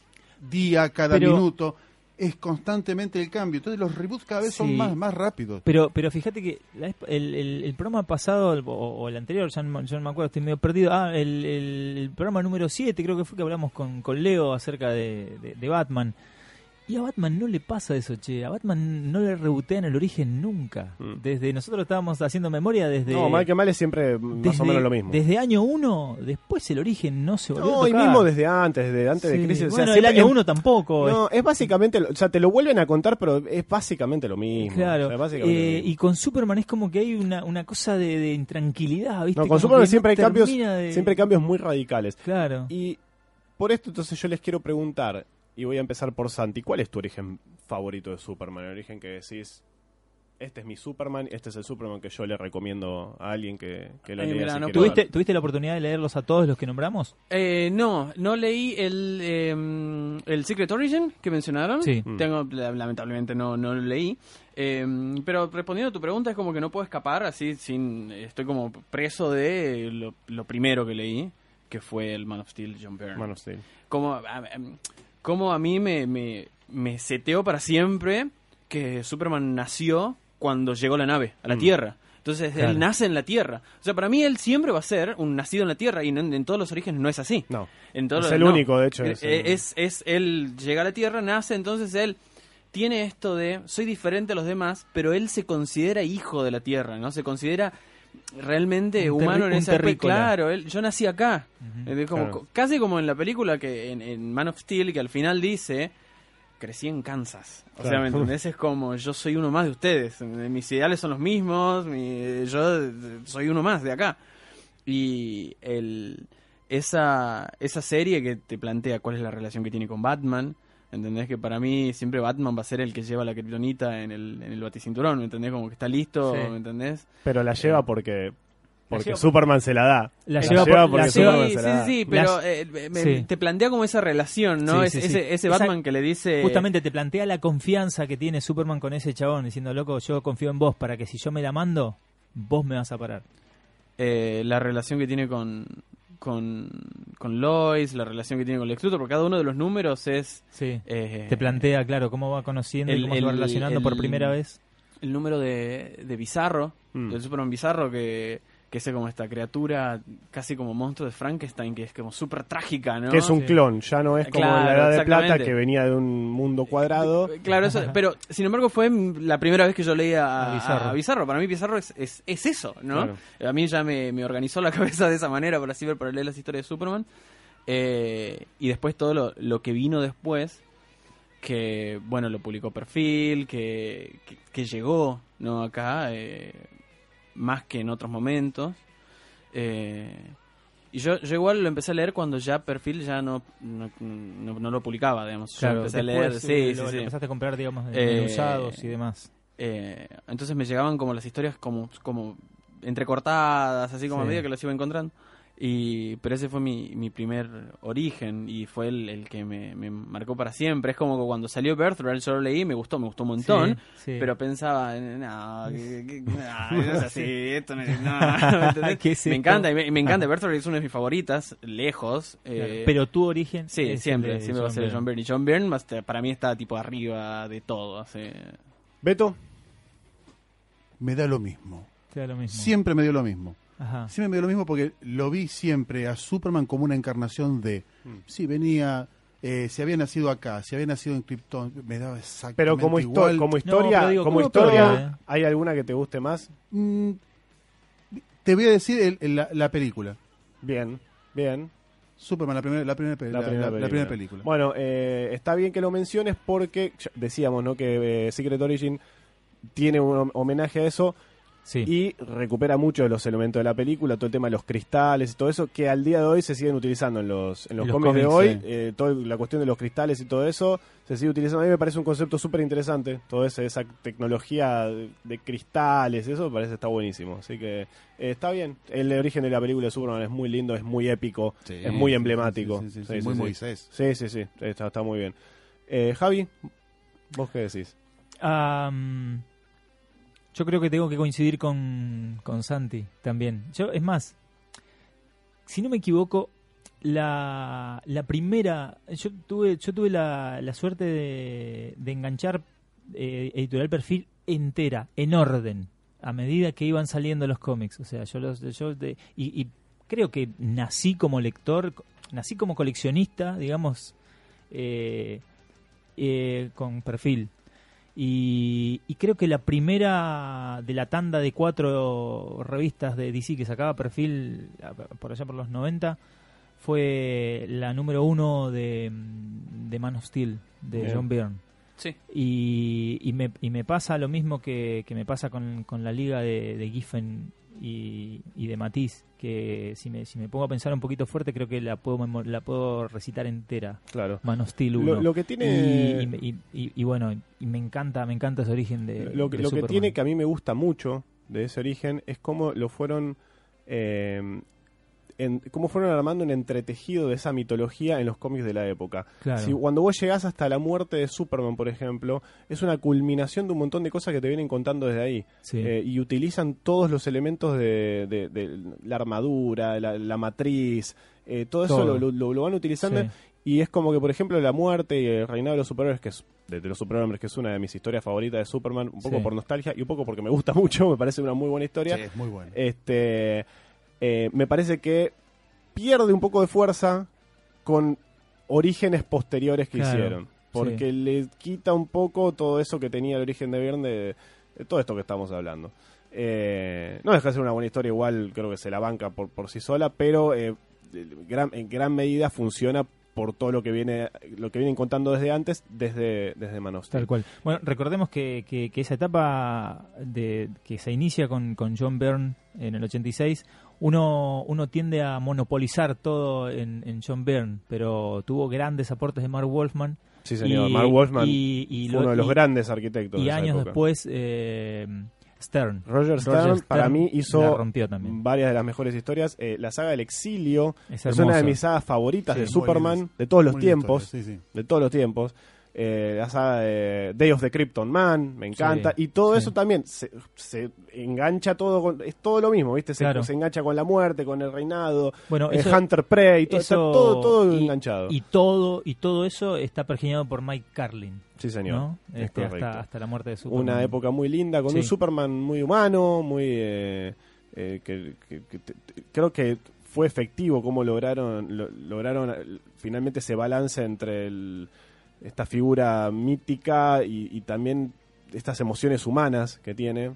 día, cada Pero- minuto. Es constantemente el cambio. Entonces los reboots cada vez son Sí. más, más rápidos. Pero, pero fíjate que la vez- el, el, el programa pasado, el- o, o el anterior, ya no, yo no me acuerdo, estoy medio perdido. Ah, el, el, el programa número siete, creo que fue que hablamos con, con Leo acerca de, de, de Batman. Y a Batman no le pasa eso, che. A Batman no le rebotean el origen nunca. Mm. Desde nosotros estábamos haciendo memoria desde. no, mal que mal es siempre más desde- o menos lo mismo. Desde año uno, después el origen no se volvió No, a y tocar. mismo desde antes, desde antes Sí. de Crisis. o sea, Bueno, el siempre año es- uno tampoco. No, es básicamente, lo- o sea, te lo vuelven a contar, pero es básicamente lo mismo. Claro, O sea, básicamente eh, lo mismo. y con Superman es como que hay una, una cosa de, de intranquilidad, ¿viste? No, Como con Superman que siempre no hay cambios, termina de- siempre hay cambios muy radicales. Claro. Y por esto entonces yo les quiero preguntar, y voy a empezar por Santi, ¿cuál es tu origen favorito de Superman? El origen que decís, este es mi Superman, este es el Superman que yo le recomiendo a alguien que, que lo Ay, lea. mira, si no quiere. puedo- ¿Tuviste, ¿Tuviste la oportunidad de leerlos a todos los que nombramos? Eh, no, no leí el, eh, el Secret Origin que mencionaron. Sí. Mm. Tengo, la- lamentablemente no, no lo leí. Eh, pero respondiendo a tu pregunta, es como que no puedo escapar así sin... Estoy como preso de lo, lo primero que leí, que fue el Man of Steel, John Byrne. Man of Steel. Como, a, a- como a mí me, me, me seteó para siempre que Superman nació cuando llegó la nave a la Mm. Tierra. Entonces Claro. él nace en la Tierra. O sea, para mí él siempre va a ser un nacido en la Tierra y no, en, en todos los orígenes no es así. No. En todos Es los- el no. único, de hecho. Eh, Es, eh, el- es, es él llega a la Tierra, nace, entonces él tiene esto de soy diferente a los demás, pero él se considera hijo de la Tierra, ¿no? Se considera realmente Un humano terri- en un ese aspecto. terrícola. Claro, él, yo nací acá. Ujú. Es como- Claro. Casi como en la película que en, en Man of Steel, que al final dice crecí en Kansas. O Claro. sea, ¿me entendés? Es como yo soy uno más de ustedes. Mis ideales son los mismos, mi- yo soy uno más de acá. Y el esa esa serie que te plantea cuál es la relación que tiene con Batman, ¿entendés? Que para mí siempre Batman va a ser el que lleva la kriptonita en el, en el baticinturón, ¿me entendés? Como que está listo, Sí. ¿me entendés? Pero la lleva porque, porque lleva- Superman se la da. La La lleva lleva por- porque la Sí, lleva- Superman sí, se la da. sí, sí, pero Las- eh, me- sí. te plantea como esa relación, ¿no? Sí, Es- sí, sí. ese ese Esa- Batman que le dice... Justamente te plantea la confianza que tiene Superman con ese chabón, diciendo, loco, yo confío en vos para que si yo me la mando, vos me vas a parar. eh, la relación que tiene con, con, con Lois, la relación que tiene con Lex Luthor, porque cada uno de los números es... Sí. eh, Te plantea, claro, cómo va conociendo y el- cómo se va el- relacionando por el- primera vez. el número de, de Bizarro, Mm. del Superman Bizarro, que, que es como esta criatura casi como monstruo de Frankenstein, que es como súper trágica, ¿no? Que es un Sí. clon, ya no es como Claro, en la Edad de Plata exactamente. que venía de un mundo cuadrado. Eh, Claro, eso, pero sin embargo fue la primera vez que yo leía a, A Bizarro. a Bizarro. Para mí Bizarro es, es, es eso, ¿no? Claro. A mí ya me, me organizó la cabeza de esa manera para así ver, para leer las historias de Superman. Eh, y después todo lo, lo que vino después, que bueno, lo publicó Perfil, que, que, que llegó, ¿no? Acá, eh, más que en otros momentos. Eh, y yo, yo igual lo empecé a leer cuando ya Perfil ya no, no, no, no lo publicaba, digamos. Yo Claro, empecé a después, leer, eh, sí, lo, sí, lo sí. empezaste a comprar, digamos, en, Eh, en usados y demás. Eh, entonces me llegaban como las historias como, como entrecortadas, así como Sí. a medida que las iba encontrando. Y, pero ese fue mi, mi primer origen y fue el, el que me, me marcó para siempre. Es como que cuando salió Birthright yo lo leí, me gustó, me gustó un montón. Sí, sí. Pero pensaba, no, que, que- no, no es así, esto no es... No, ¿me entendés? ¿Qué es me esto? encanta, y me, y me encanta. Birthright es una de mis favoritas, lejos. Claro. eh, Pero tu origen sí, es el siempre, de siempre va a ser John John Byrne. Y John Byrne va a estar- para mí está tipo arriba de todo. Así. Beto, Me da lo mismo. Te da lo mismo. Siempre me dio lo mismo. Ajá. Siempre me dio lo mismo porque lo vi siempre a Superman como una encarnación de... Sí, venía... Eh, si había nacido acá, si había nacido en Krypton, me daba exactamente pero como, histo- igual. como historia, pero digo, como como historia, historia, ¿eh? ¿hay alguna que te guste más? Mm, te voy a decir el- el- la, la película. Bien, bien. Superman, la primera, la primera, pe- La, la- primera, la- la película. primera película. Bueno, eh, está bien que lo menciones porque ya decíamos, ¿no? Que eh, Secret Origin tiene un hom- homenaje a eso Sí. y recupera muchos de los elementos de la película, todo el tema de los cristales y todo eso, que al día de hoy se siguen utilizando en los, en los En los cómics de cómics, hoy. sí. Eh, toda la cuestión de los cristales y todo eso se sigue utilizando. A mí me parece un concepto súper interesante. Toda esa, esa tecnología de, de cristales, eso me parece está buenísimo. Así que eh, está bien. El origen de la película de Superman es muy lindo, es muy épico, Sí, es muy sí, emblemático. sí, sí, sí, Sí, muy sí, sí. Moisés. Sí, sí, sí, está, está muy bien. Eh, Javi, ¿vos qué decís? Am, yo creo que tengo que coincidir con, con Santi también. Yo, es más, si no me equivoco, la, la primera, yo tuve, yo tuve la, la suerte de, de enganchar eh, Editorial Perfil entera, en orden, a medida que iban saliendo los cómics. O sea, yo los, yo de, y, y creo que nací como lector, nací como coleccionista, digamos, eh, eh, con Perfil. Y, y creo que la primera de la tanda de cuatro revistas de D C que sacaba Perfil a- por allá por los noventa fue la número uno de, de Man of Steel, de Bien. John Byrne. Sí. Y, y, me, y me pasa lo mismo que, que me pasa con, con la liga de, de Giffen y, y de Matisse, que si me, si me pongo a pensar un poquito fuerte creo que la puedo, memo- la puedo recitar entera. Claro. Man of Steel uno. Lo, lo que tiene... Y, y- y- y bueno, y me encanta, me encanta ese origen de Lo, que- de lo que Superman. tiene que a mí me gusta mucho de ese origen es cómo lo fueron eh, en, cómo fueron armando un entretejido de esa mitología en los cómics de la época. Claro. Si, cuando vos llegás hasta la muerte de Superman, por ejemplo, es una culminación de un montón de cosas que te vienen contando desde ahí. Sí. Eh, y utilizan todos los elementos de, de- de la armadura, la, la matriz, eh, todo eso Todo. lo, lo- lo van utilizando. Sí. Y es como que, por ejemplo, la muerte y el reinado de los superhéroes, que es de, de los superhombres, que es una de mis historias favoritas de Superman, un poco Sí. por nostalgia y un poco porque me gusta mucho, me parece una muy buena historia. Sí, es muy bueno. Este, eh, me parece que pierde un poco de fuerza con orígenes posteriores que Claro, hicieron. Porque sí. le quita un poco todo eso que tenía el origen de Byrne de, de todo esto que estamos hablando. Eh, no deja de ser una buena historia, igual creo que se la banca por, por sí sola, pero eh, gran, en gran medida funciona por todo lo que viene lo que vienen contando desde antes, desde, desde Man of Steel. Tal cual. Bueno, recordemos que, que, que esa etapa de que se inicia con, con John Byrne en el ochenta y seis, uno, uno tiende a monopolizar todo en, en John Byrne, pero tuvo grandes aportes de Mark Wolfman. Sí, señor. Y- Mark Wolfman y- y fue lo- uno de los y- grandes arquitectos Y de esa años época. después, eh, Stern. Roger Stern, para mí, la hizo rompió también. varias de las mejores historias. Eh, la saga del exilio Es es, una de hermoso. mis sagas favoritas Sí, de muy Superman, lindas. de todos los Muy linda tiempos. historia, sí, sí. De todos los tiempos. Eh, la saga de Day of the Krypton Man, me encanta. Sí, y todo sí. eso también se, se engancha todo, con, es todo lo mismo, ¿viste? Se, Claro. se engancha con la muerte, con el reinado, Bueno, eh, eso- Hunter Prey, todo, está eso- todo, todo y- enganchado. Y todo, y todo eso está pergeñado por Mike Carlin. sí, señor. ¿No? Es Este, correcto. hasta, hasta la muerte de Superman. Una época muy linda, con Sí. un Superman muy humano, muy... eh, eh, que, que- que te- te- creo que fue efectivo cómo lograron lo- lograron eh, finalmente ese balance entre el, esta figura mítica y, y también estas emociones humanas que tiene.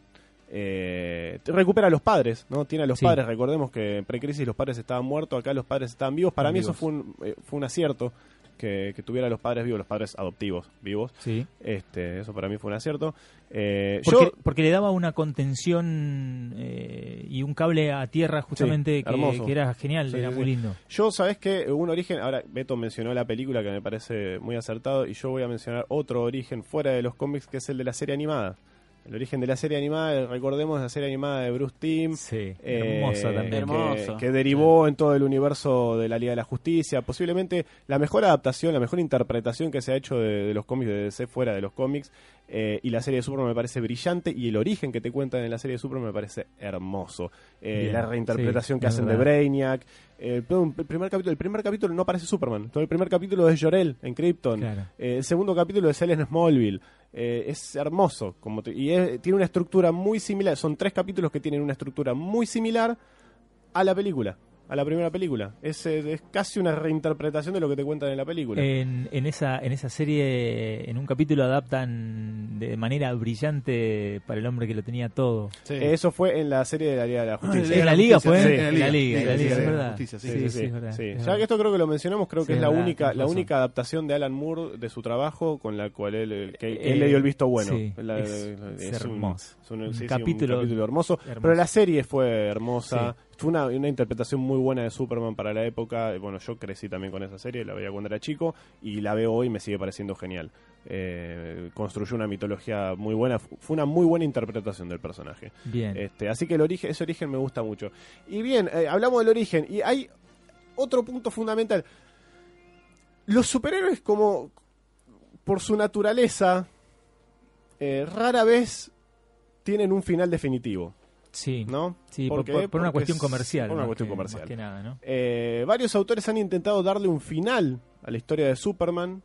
Eh, te recupera a los padres, ¿no? Tiene a los Sí. padres, recordemos que en precrisis los padres estaban muertos, acá los padres estaban vivos. Para Estaban mí vivos. eso fue un, eh, fue un acierto, que, que tuviera a los padres vivos, los padres adoptivos vivos. Sí. Este, eso para mí fue un acierto. Eh, Porque, yo, porque le daba una contención eh, y un cable a tierra justamente Sí, que, hermoso. que era genial, Sí, era sí, muy sí. lindo. yo, ¿sabés qué? Un origen, ahora Beto mencionó la película que me parece muy acertado y yo voy a mencionar otro origen fuera de los cómics que es el de la serie animada. El origen de la serie animada, recordemos la serie animada de Bruce Timm. Sí, eh, hermosa también. que- Hermoso. Que, derivó en todo el universo de la Liga de la Justicia. Posiblemente la mejor adaptación, la mejor interpretación que se ha hecho de, de los cómics de D C fuera de los cómics. Eh, y la serie de Superman me parece brillante. Y el origen que te cuentan en la serie de Superman me parece hermoso. Eh, Bien, la reinterpretación sí, que es hacen de verdad. Brainiac. Eh, pero el primer capítulo, el primer capítulo no aparece Superman. Todo el primer capítulo es Jor-El en Krypton. Claro. Eh, el segundo capítulo es él en Smallville. Eh, es hermoso. Como te- y es- tiene una estructura muy similar. Son tres capítulos que tienen una estructura muy similar a la película. A la primera película. Es, eh, es casi una reinterpretación de lo que te cuentan en la película. En, en esa en esa serie, en un capítulo adaptan de manera brillante para el hombre que lo tenía todo. Sí. Eh, Eso fue en la serie de la Liga de la Justicia. ¿En la Liga Justicia, fue? sí, en la En la Liga, Liga, en la sí, Liga, sí, es sí, verdad. Justicia, sí, Sí, sí, es verdad, Sí. es Ya verdad. que esto creo que lo mencionamos, creo Sí, que es es la verdad, única tenés la razón. única adaptación de Alan Moore de su trabajo con la cual él, eh, que, que Eh, él le dio el visto bueno. sí, La- es- es es un- hermoso. es un, Un sí, sí, un capítulo capítulo hermoso, hermoso. Pero la serie fue hermosa. Sí. Fue una, una interpretación muy buena de Superman para la época. Bueno, yo crecí también con esa serie, la veía cuando era chico y la veo hoy y me sigue pareciendo genial. Eh, construyó una mitología muy buena. Fu- Fue una muy buena interpretación del personaje. Bien. Este, así que el origen, ese origen me gusta mucho. Y bien, eh, hablamos del origen y hay otro punto fundamental. Los superhéroes, como por su naturaleza, eh, rara vez tienen un final definitivo, Sí, ¿no? sí por, qué? por- por una Porque cuestión es- comercial. por una más cuestión que- comercial. Más que nada, ¿no? Eh, varios autores han intentado darle un final a la historia de Superman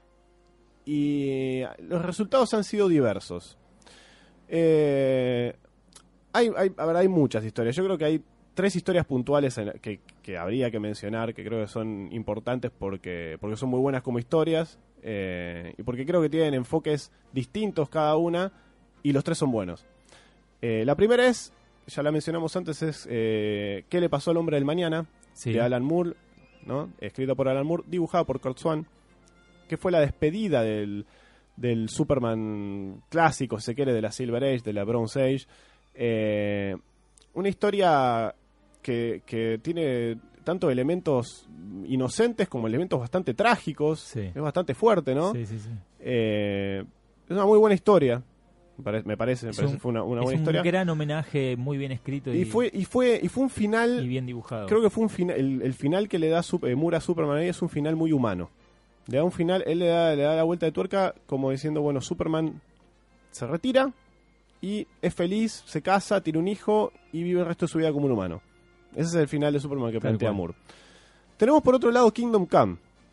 y los resultados han sido diversos. Eh, hay, hay, a ver, hay muchas historias. Yo creo que hay tres historias puntuales en la- que, que habría que mencionar, que creo que son importantes porque, porque son muy buenas como historias eh, y porque creo que tienen enfoques distintos cada una y los tres son buenos. Eh, la primera es, ya la mencionamos antes, es eh, ¿Qué le pasó al hombre del mañana? Sí. De Alan Moore, ¿no? Escrita por Alan Moore, dibujada por Kurt Swan, que fue la despedida del, del Superman clásico, si se quiere, de la Silver Age, de la Bronze Age. Eh, una historia que, que tiene tanto elementos inocentes como elementos bastante trágicos. Sí. Es bastante fuerte, ¿no? Sí, sí, sí. Eh, es una muy buena historia, me pare- me parece, me Es parece un- fue una, una es buena un historia. gran homenaje, muy bien escrito y, Y fue, y fue, y fue un final. y bien dibujado. Creo que fue un final, el, el final que le da Sup- eh, Moore a Superman ahí es un final muy humano. Le da un final, él le da, le da la vuelta de tuerca como diciendo, bueno, Superman se retira y es feliz, se casa, tiene un hijo y vive el resto de su vida como un humano. Ese es el final de Superman que Tal plantea cual. Moore. Tenemos por otro lado Kingdom Come,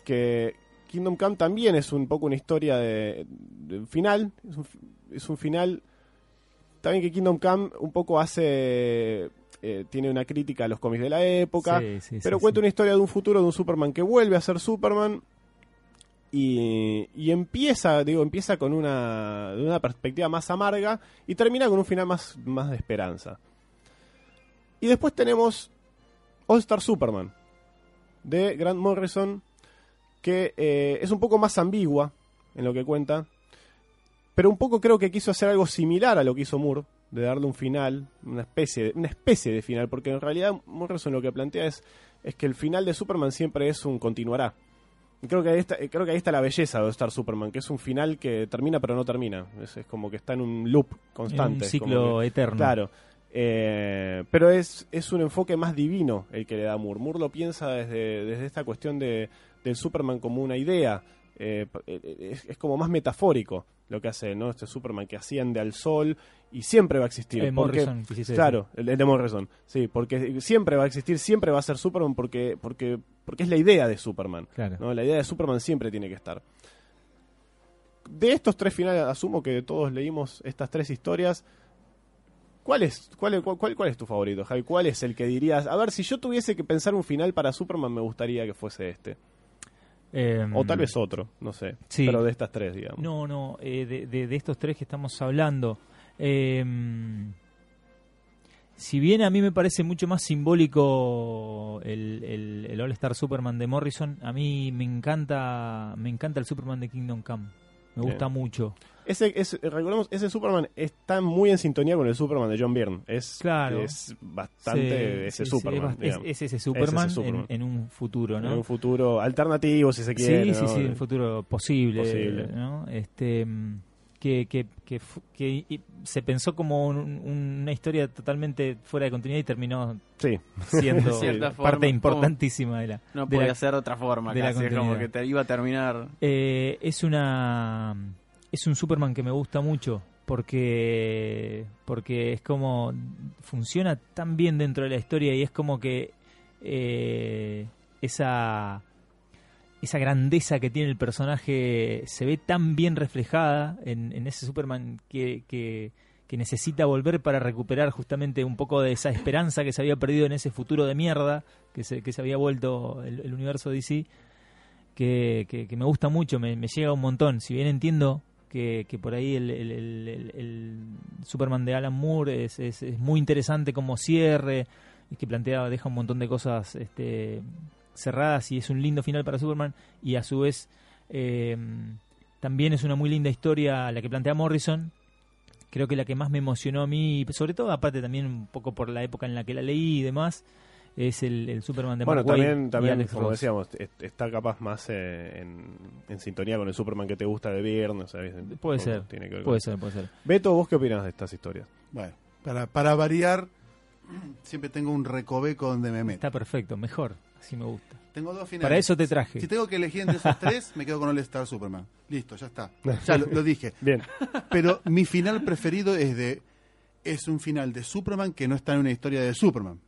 que Kingdom Come también es un poco una historia de, de final, es un, es un final, también que Kingdom Come un poco hace, eh, tiene una crítica a los cómics de la época, Sí, sí, pero sí, cuenta sí. una historia de un futuro de un Superman que vuelve a ser Superman y, y empieza, digo, empieza con una, de una perspectiva más amarga y termina con un final más, más de esperanza. Y después tenemos All Star Superman de Grant Morrison, que eh, es un poco más ambigua en lo que cuenta, pero un poco creo que quiso hacer algo similar a lo que hizo Moore, de darle un final, una especie de, una especie de final, porque en realidad Morrison lo que plantea es, es que el final de Superman siempre es un continuará. Y creo que ahí está, creo que ahí está la belleza de All Star Superman, que es un final que termina pero no termina, es, es como que está en un loop constante. En un es ciclo como que- eterno. Claro. Eh, pero es, es un enfoque más divino el que le da Moore. Moore lo piensa desde, desde esta cuestión de, del Superman como una idea. Eh, es, es como más metafórico lo que hace, ¿no? Este Superman que asciende al sol y siempre va a existir. Eh, porque- Morrison, quisiste claro, el, el de Morrison. Sí, porque siempre va a existir, siempre va a ser Superman porque, porque, porque es la idea de Superman. Claro. ¿No? La idea de Superman siempre tiene que estar. De estos tres finales, asumo que todos leímos estas tres historias. ¿Cuál es, cuál, es- cuál, cuál es tu favorito, Javi? ¿Cuál es el que dirías? A ver, si yo tuviese que pensar un final para Superman, me gustaría que fuese este. Eh, O tal vez otro, no sé. Sí. Pero de estas tres, digamos. No, no, eh, de, de- de estos tres que estamos hablando. eh, si bien a mí me parece mucho más simbólico el, el, el All Star Superman de Morrison, a mí me encanta, me encanta el Superman de Kingdom Come. Me Bien. gusta mucho. Ese, ese, recordemos, ese Superman está muy en sintonía con el Superman de John Byrne. Es, Claro. es bastante Sí, ese sí, sí, Superman. es, bast- digamos. es- es ese Superman, Es ese Superman. En, en un futuro, ¿no? En un futuro alternativo, si se quiere. Sí, sí, ¿no? sí, un futuro posible, Posible. ¿no? Este, mm, que, que, que, fu- que y- se pensó como un- una historia totalmente fuera de continuidad y terminó Sí. siendo De cierta forma, parte como- importantísima de la... No de podía la- ser de otra forma, de la casi, es como continuidad. que te iba a terminar. Eh, es una es un Superman que me gusta mucho porque porque es como funciona tan bien dentro de la historia y es como que eh, esa esa grandeza que tiene el personaje se ve tan bien reflejada en, en ese Superman que, que, que necesita volver para recuperar justamente un poco de esa esperanza que se había perdido en ese futuro de mierda que se, que se había vuelto el, el universo D C, que, que, que me gusta mucho, me, me llega un montón. Si bien entiendo que, que por ahí el, el, el, el- el Superman de Alan Moore es, es, es muy interesante como cierre, y que plantea, deja un montón de cosas este, cerradas y es un lindo final para Superman, y a su vez eh, también es una muy linda historia la que plantea Morrison. Creo que la que más me emocionó a mí, sobre todo aparte también un poco por la época en la que la leí y demás, es el, el Superman de Bueno, Mark Waid también, y también Alex como Ross. decíamos, est- está capaz más eh, en, en sintonía con el Superman que te gusta de viernes. ¿Sabes? Puede Todo ser, tiene que ver con puede eso. ser, puede ser. Beto, ¿vos qué opinas de estas historias? Bueno, para, para variar, siempre tengo un recoveco donde me meto. Está perfecto, mejor, así me gusta. Tengo dos finales. Para eso te traje. Si tengo que elegir entre esos tres, me quedo con All Star Superman. Listo, ya está. Ya lo, lo dije. Bien. Pero mi final preferido es de es un final de Superman que no está en una historia de Superman.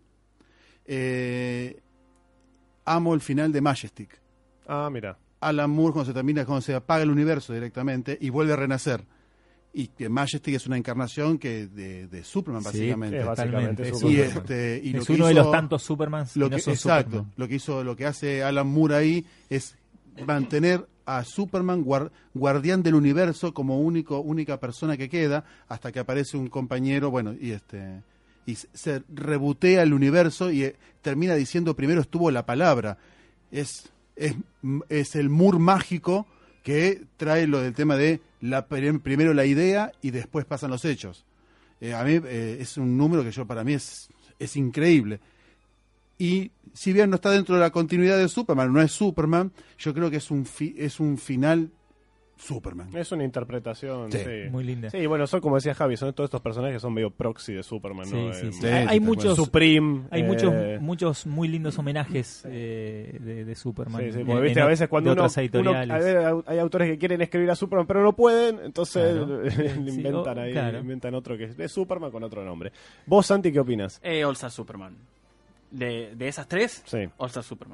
Eh, amo el final de Majestic. Ah, mira. Alan Moore cuando se termina, cuando se apaga el universo directamente y vuelve a renacer. Y que Majestic es una encarnación que de, de Superman, Sí, básicamente. es básicamente Totalmente, Superman. y es este, y lo es que uno de hizo- los tantos Supermans lo que no que, son exacto, Superman. lo que hizo, lo que hace Alan Moore ahí es mantener a Superman guar- guardián del universo como único única persona que queda hasta que aparece un compañero, bueno, y este y se- se rebotea el universo y eh, termina diciendo primero estuvo la palabra. Es es, es el Moore mágico que trae lo del tema de la prim- primero la idea y después pasan los hechos. Eh, a mí eh, es un número que yo para mí es es increíble. Y si bien no está dentro de la continuidad de Superman, no es Superman, yo creo que es un fi- es un final Superman. Es una interpretación. Sí. Sí. Muy linda. Sí, bueno, son como decía Javi, son todos estos personajes que son medio proxy de Superman, Sí, ¿no? sí, Eh, sí. Sí, Hay, sí, hay tal muchos, cual. Supreme. hay eh, muchos, muchos muy lindos homenajes eh, de, de Superman. Sí, sí, en- porque en viste, a ot- veces cuando de uno, otras uno- editoriales. a ver, hay autores que quieren escribir a Superman pero no pueden, entonces Claro. le Sí, inventan o- ahí, claro. inventan otro que es de Superman con otro nombre. ¿Vos, Santi, qué opinas? Eh, All Star Superman. De, de esas tres, Sí. All Star Superman.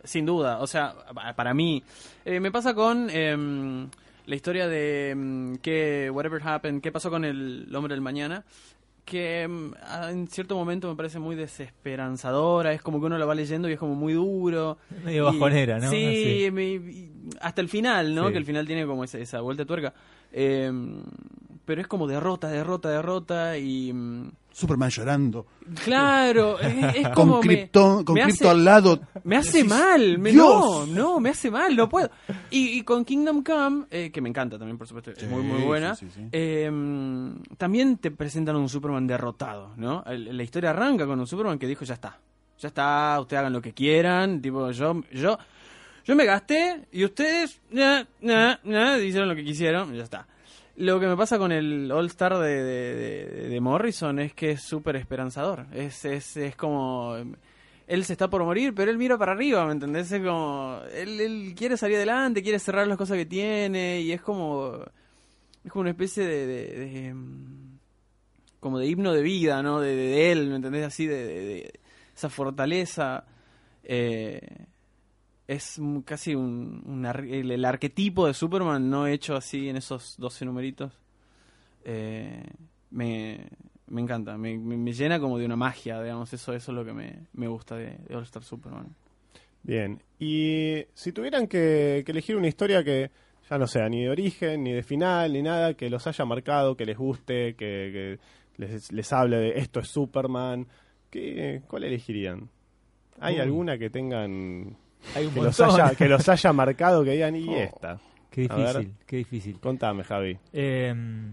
sin duda. O sea, para mí, eh, me pasa con eh, la historia de um, que Whatever Happened, qué pasó con el, el hombre del mañana, que um, en cierto momento me parece muy desesperanzadora, es como que uno la va leyendo y es como muy duro. Medio y, bajonera, ¿no? Sí, Así. me, y hasta el final, ¿no? Sí. Que el final tiene como esa, esa vuelta de tuerca. Eh, pero es como derrota, derrota, derrota y... Um, Superman llorando. claro, es, es como... Con me- Krypton, con me Krypto hace- al lado. Me hace Decís, mal, me, Dios. no, no, me hace mal, no puedo. Y, y con Kingdom Come, eh, que me encanta también, por supuesto, Sí, es muy, muy buena, sí, sí, sí. eh, también te presentan un Superman derrotado, ¿no? El- la historia arranca con un Superman que dijo, ya está, ya está, ustedes hagan lo que quieran, tipo, yo, yo, yo me gasté y ustedes, nah, nah, nah, hicieron lo que quisieron, y ya está. Lo que me pasa con el All Star de, de, de- de Morrison es que es súper esperanzador. Es, es, es como... Él se está por morir, pero él mira para arriba, ¿me entendés? Es como... Él, él quiere salir adelante, quiere cerrar las cosas que tiene, y es como... Es como una especie de... de- de, mm, como de himno de vida, ¿no? De, de- de él, ¿me entendés? Así, de, de- de esa fortaleza. Eh, es un- casi un, un ar- el, el arquetipo de Superman no hecho así en esos doce numeritos. Eh, me, me encanta, me, me, me llena como de una magia, digamos, eso, eso es lo que me, me gusta de, de All Star Superman. Bien, y si tuvieran que, que elegir una historia que ya no sea ni de origen, ni de final, ni nada, que los haya marcado, que les guste, que, que les, les hable de esto es Superman, ¿qué, ¿cuál elegirían? ¿Hay Uy. alguna que tengan... Hay un Que los, montón. haya, que los haya marcado, que digan, y Oh. esta? Qué A ver. difícil, qué difícil. Contame, Javi. Eh,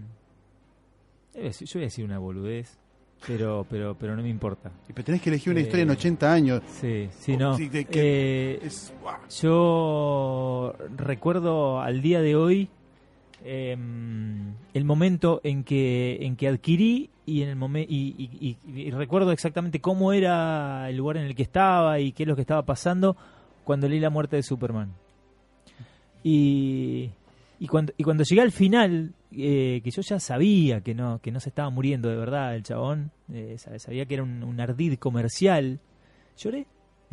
yo voy a decir una boludez, pero, pero, pero no me importa. Y pero tenés que elegir una Eh, historia en ochenta años. Sí, sí, Oh, no. sí, de que- Eh, Es, ¡guau! Yo recuerdo al día de hoy eh, el momento en que en que adquirí y en el momen- y, y- y- y recuerdo exactamente cómo era el lugar en el que estaba y qué es lo que estaba pasando cuando leí La muerte de Superman. Y, y cuando y cuando llegué al final, eh, que yo ya sabía que no que no se estaba muriendo de verdad el chabón, eh, sab- sabía que era un, un ardid comercial, lloré.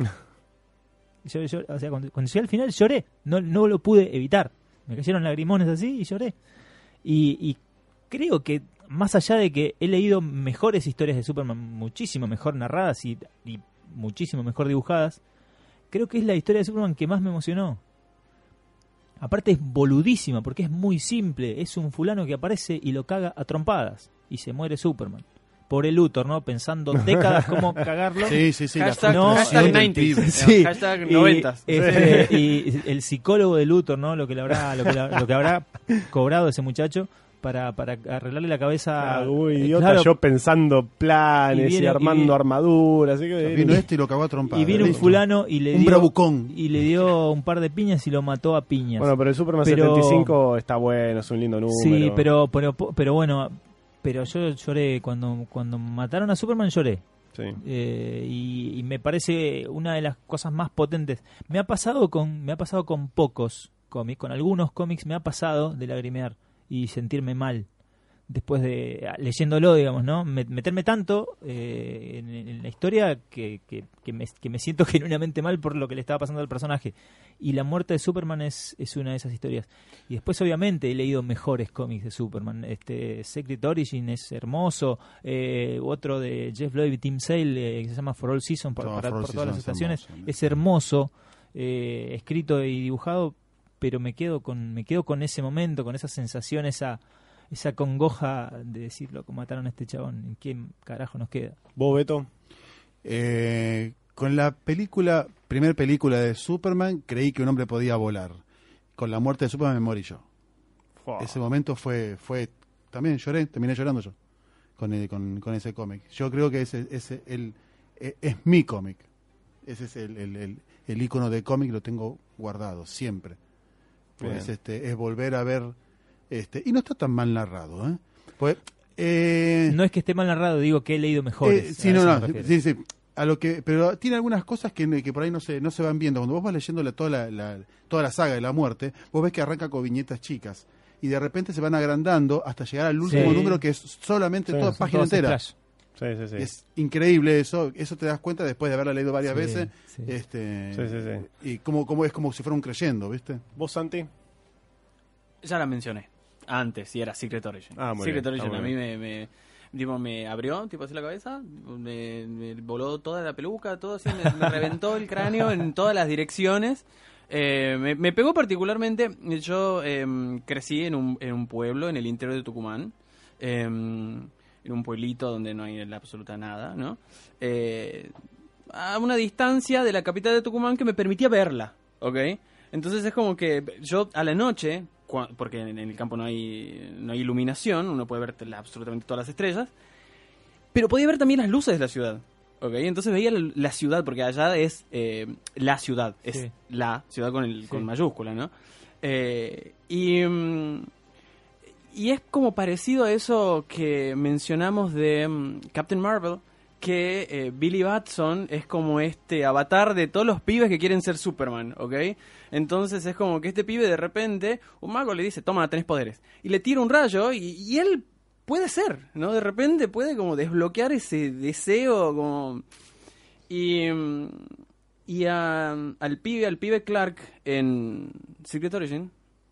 Yo, yo, o sea, cuando, cuando llegué al final lloré, no, no lo pude evitar. Me cayeron lagrimones así y lloré. Y, y creo que, más allá de que he leído mejores historias de Superman, muchísimo mejor narradas y, y muchísimo mejor dibujadas, creo que es la historia de Superman que más me emocionó. Aparte es boludísima, porque es muy simple. Es un fulano que aparece y lo caga a trompadas. Y se muere Superman. Por el Luthor, ¿no? Pensando décadas cómo cagarlo. Sí, sí, sí. la Hashtag, no, frustración hashtag del noventa, pibe. Sí. hashtag Y, noventa. este, y el psicólogo de Luthor, ¿no? Lo que le habrá, lo que, la- lo que habrá cobrado ese muchacho para, para arreglarle la cabeza. Ah, uy, Eh, idiota, claro, yo pensando planes Y y, viene- y armando viene- armaduras. Así que Vino este y lo cagó a trompada. y viene un Listo. fulano y le Un dio bravucón. y le dio un par de piñas y lo mató a piñas. Bueno, pero el Superman Pero- setenta y cinco está bueno, es un lindo número. sí, pero, pero pero bueno, pero yo lloré cuando cuando mataron a Superman, lloré. Sí. Eh, y, y me parece una de las cosas más potentes. Me ha pasado con me ha pasado con pocos cómics, con algunos cómics me ha pasado de lagrimear y sentirme mal después de leyéndolo, digamos, ¿no? Me- meterme tanto eh, en, en la historia que, que, que, me, que me siento genuinamente mal por lo que le estaba pasando al personaje. Y la muerte de Superman es, es una de esas historias. Y después, obviamente, he leído mejores cómics de Superman. Este Secret Origin es hermoso. Eh, otro de Jeff Loeb y Tim Sale, eh, que se llama For All Seasons, por, No, para- For All por todas las Seasons es estaciones. hermoso. Es hermoso, eh, escrito y dibujado, pero me quedo con me quedo con ese momento, con esa sensación, esa esa congoja de decir, loco, mataron a este chabón. ¿En qué carajo nos queda? ¿Vos, Beto? Eh, con la película, primer película de Superman, creí que un hombre podía volar. Con la muerte de Superman me morí yo. Ese momento fue, fue también lloré, terminé llorando yo con, el- con, con ese cómic. Yo creo que ese, ese el, es, es mi cómic. Ese es el, el, el, el icono de cómic, lo tengo guardado siempre. Bien. Pues este es volver a ver este y no está tan mal narrado, ¿eh? Pues eh, No es que esté mal narrado, digo que he leído mejores. eh, sí, a no, eso me no, refiero. sí, sí. A lo que, pero tiene algunas cosas que, que por ahí no se, no se van viendo. Cuando vos vas leyendo la- toda, la, la- toda la saga de la muerte, vos ves que arranca con viñetas chicas y de repente se van agrandando hasta llegar al último Sí. número que es solamente Sí, toda son página Todos entera. splash. Sí, sí, sí. Es increíble eso, eso te das cuenta después de haberla leído varias Sí, veces, sí. este Sí, sí, sí. y como, como es como si fuera un creyendo, ¿viste? ¿Vos, Santi? Ya la mencioné antes y era Secret Origin. Ah, muy Secret bien, Origin está a muy mí me, me, tipo, me abrió, tipo así la cabeza, me, me voló toda la peluca, todo así, me, me reventó el cráneo en todas las direcciones. Eh, me, me pegó particularmente, yo eh, crecí en un, en un pueblo en el interior de Tucumán, eh, en un pueblito donde no hay la absoluta nada, ¿no? Eh, a una distancia de la capital de Tucumán que me permitía verla, ¿ok? Entonces es como que yo a la noche, cua- porque en, en el campo no hay, no hay iluminación, uno puede ver la- absolutamente todas las estrellas, pero podía ver también las luces de la ciudad, ¿ok? Entonces veía la, la ciudad, porque allá es eh, la ciudad, es Sí. la ciudad con, el, Sí. con mayúscula, ¿no? Eh, y... mm, Y es como parecido a eso que mencionamos de um, Captain Marvel, que eh, Billy Batson es como este avatar de todos los pibes que quieren ser Superman, ¿ok? Entonces es como que este pibe de repente, un mago le dice, toma, tenés poderes. Y le tira un rayo y, y él puede ser, ¿no? De repente puede como desbloquear ese deseo como... Y, mm, y a- al pibe, al pibe Clark en Secret Origin,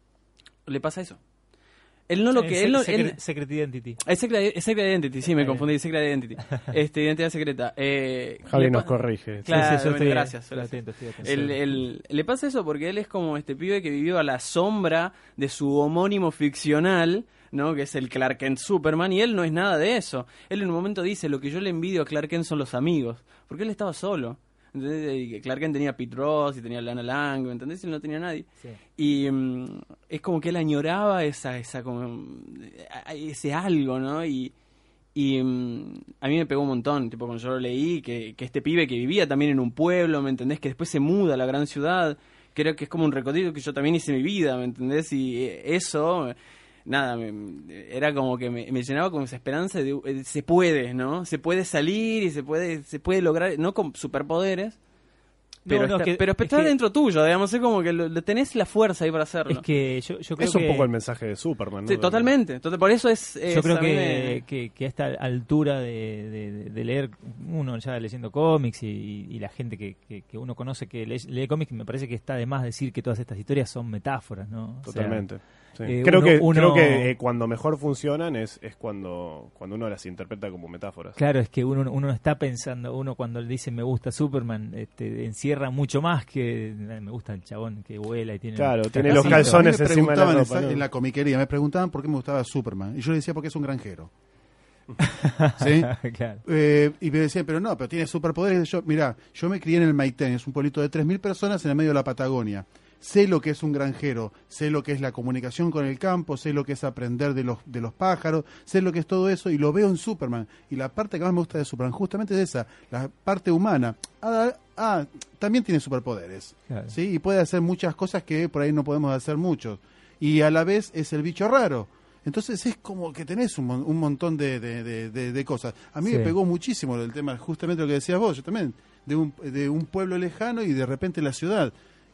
le pasa eso. Él no lo Eh, que... Se- Él no, Secret, él- Secret Identity. es Secret, es Secret Identity, sí, me Ahí. confundí, Secret Identity. Este, identidad secreta. Eh, Javi le nos pa- corrige. Claro, Sí, sí, yo bueno, estoy- gracias, estoy gracias. atento, estoy atento. El- el- le pasa eso porque él es como este pibe que vivió a la sombra de su homónimo ficcional, ¿no? Que es el Clark Kent Superman, y él no es nada de eso. Él en un momento dice, lo que yo le envidio a Clark Kent son los amigos, porque él estaba solo. ¿Entendés? Y que Clark Kent tenía a Pete Ross y tenía a Lana Lang, ¿me entendés? Y él no tenía a nadie. Sí. Y mm, es como que él añoraba esa, esa como, a- ese algo, ¿no? Y, y mm, a mí me pegó un montón, tipo cuando yo lo leí, que, que este pibe que vivía también en un pueblo, ¿me entendés? Que después se muda a la gran ciudad, creo que es como un recorrido que yo también hice en mi vida, ¿me entendés? Y eh, eso, nada, me- era como que me, me llenaba con esa esperanza de eh, se puede, ¿no? Se puede salir y se puede, se puede lograr, no con superpoderes, pero, No, no, está, es que- pero es está que- dentro tuyo, digamos, es como que lo, lo tenés la fuerza ahí para hacerlo. Es que yo, yo creo Es un que... poco el mensaje de Superman, ¿no? Sí, totalmente. Entonces, por eso es. es Yo creo a mí que, me- que, que a esta altura de, de- de leer, uno ya leyendo cómics y, y la gente que, que, que uno conoce que lee, lee cómics, me parece que está de más decir que todas estas historias son metáforas, ¿no? O sea, Totalmente. Sí. eh, creo, uno- que, uno- creo que eh, cuando mejor funcionan es, es cuando, cuando uno las interpreta como metáforas. Claro, es que uno, uno no está pensando, uno cuando le dice me gusta Superman, este, encierra mucho más que eh, me gusta el chabón que vuela y tiene... Claro, tiene Ah, los sí, calzones a mí me encima de la preguntaban en ropa, esa- ¿no? en la comiquería, me preguntaban por qué me gustaba Superman. Y yo le decía porque es un granjero. ¿Sí? Claro. Eh, y me decían, pero no, pero tiene superpoderes. Yo, mirá, yo me crié en el Maitén, es un pueblito de tres mil personas en el medio de la Patagonia. Sé lo que es un granjero, sé lo que es la comunicación con el campo, sé lo que es aprender de los, de los pájaros, sé lo que es todo eso y lo veo en Superman. Y la parte que más me gusta de Superman justamente es esa, la parte humana. Ah, ah, también tiene superpoderes, Claro. ¿sí? Y puede hacer muchas cosas que por ahí no podemos hacer muchos. Y a la vez es el bicho raro. Entonces es como que tenés un, mon- un montón de, de, de- de- de cosas. A mí Sí. me pegó muchísimo el tema, justamente lo que decías vos, yo también, de un, de un pueblo lejano y de repente la ciudad.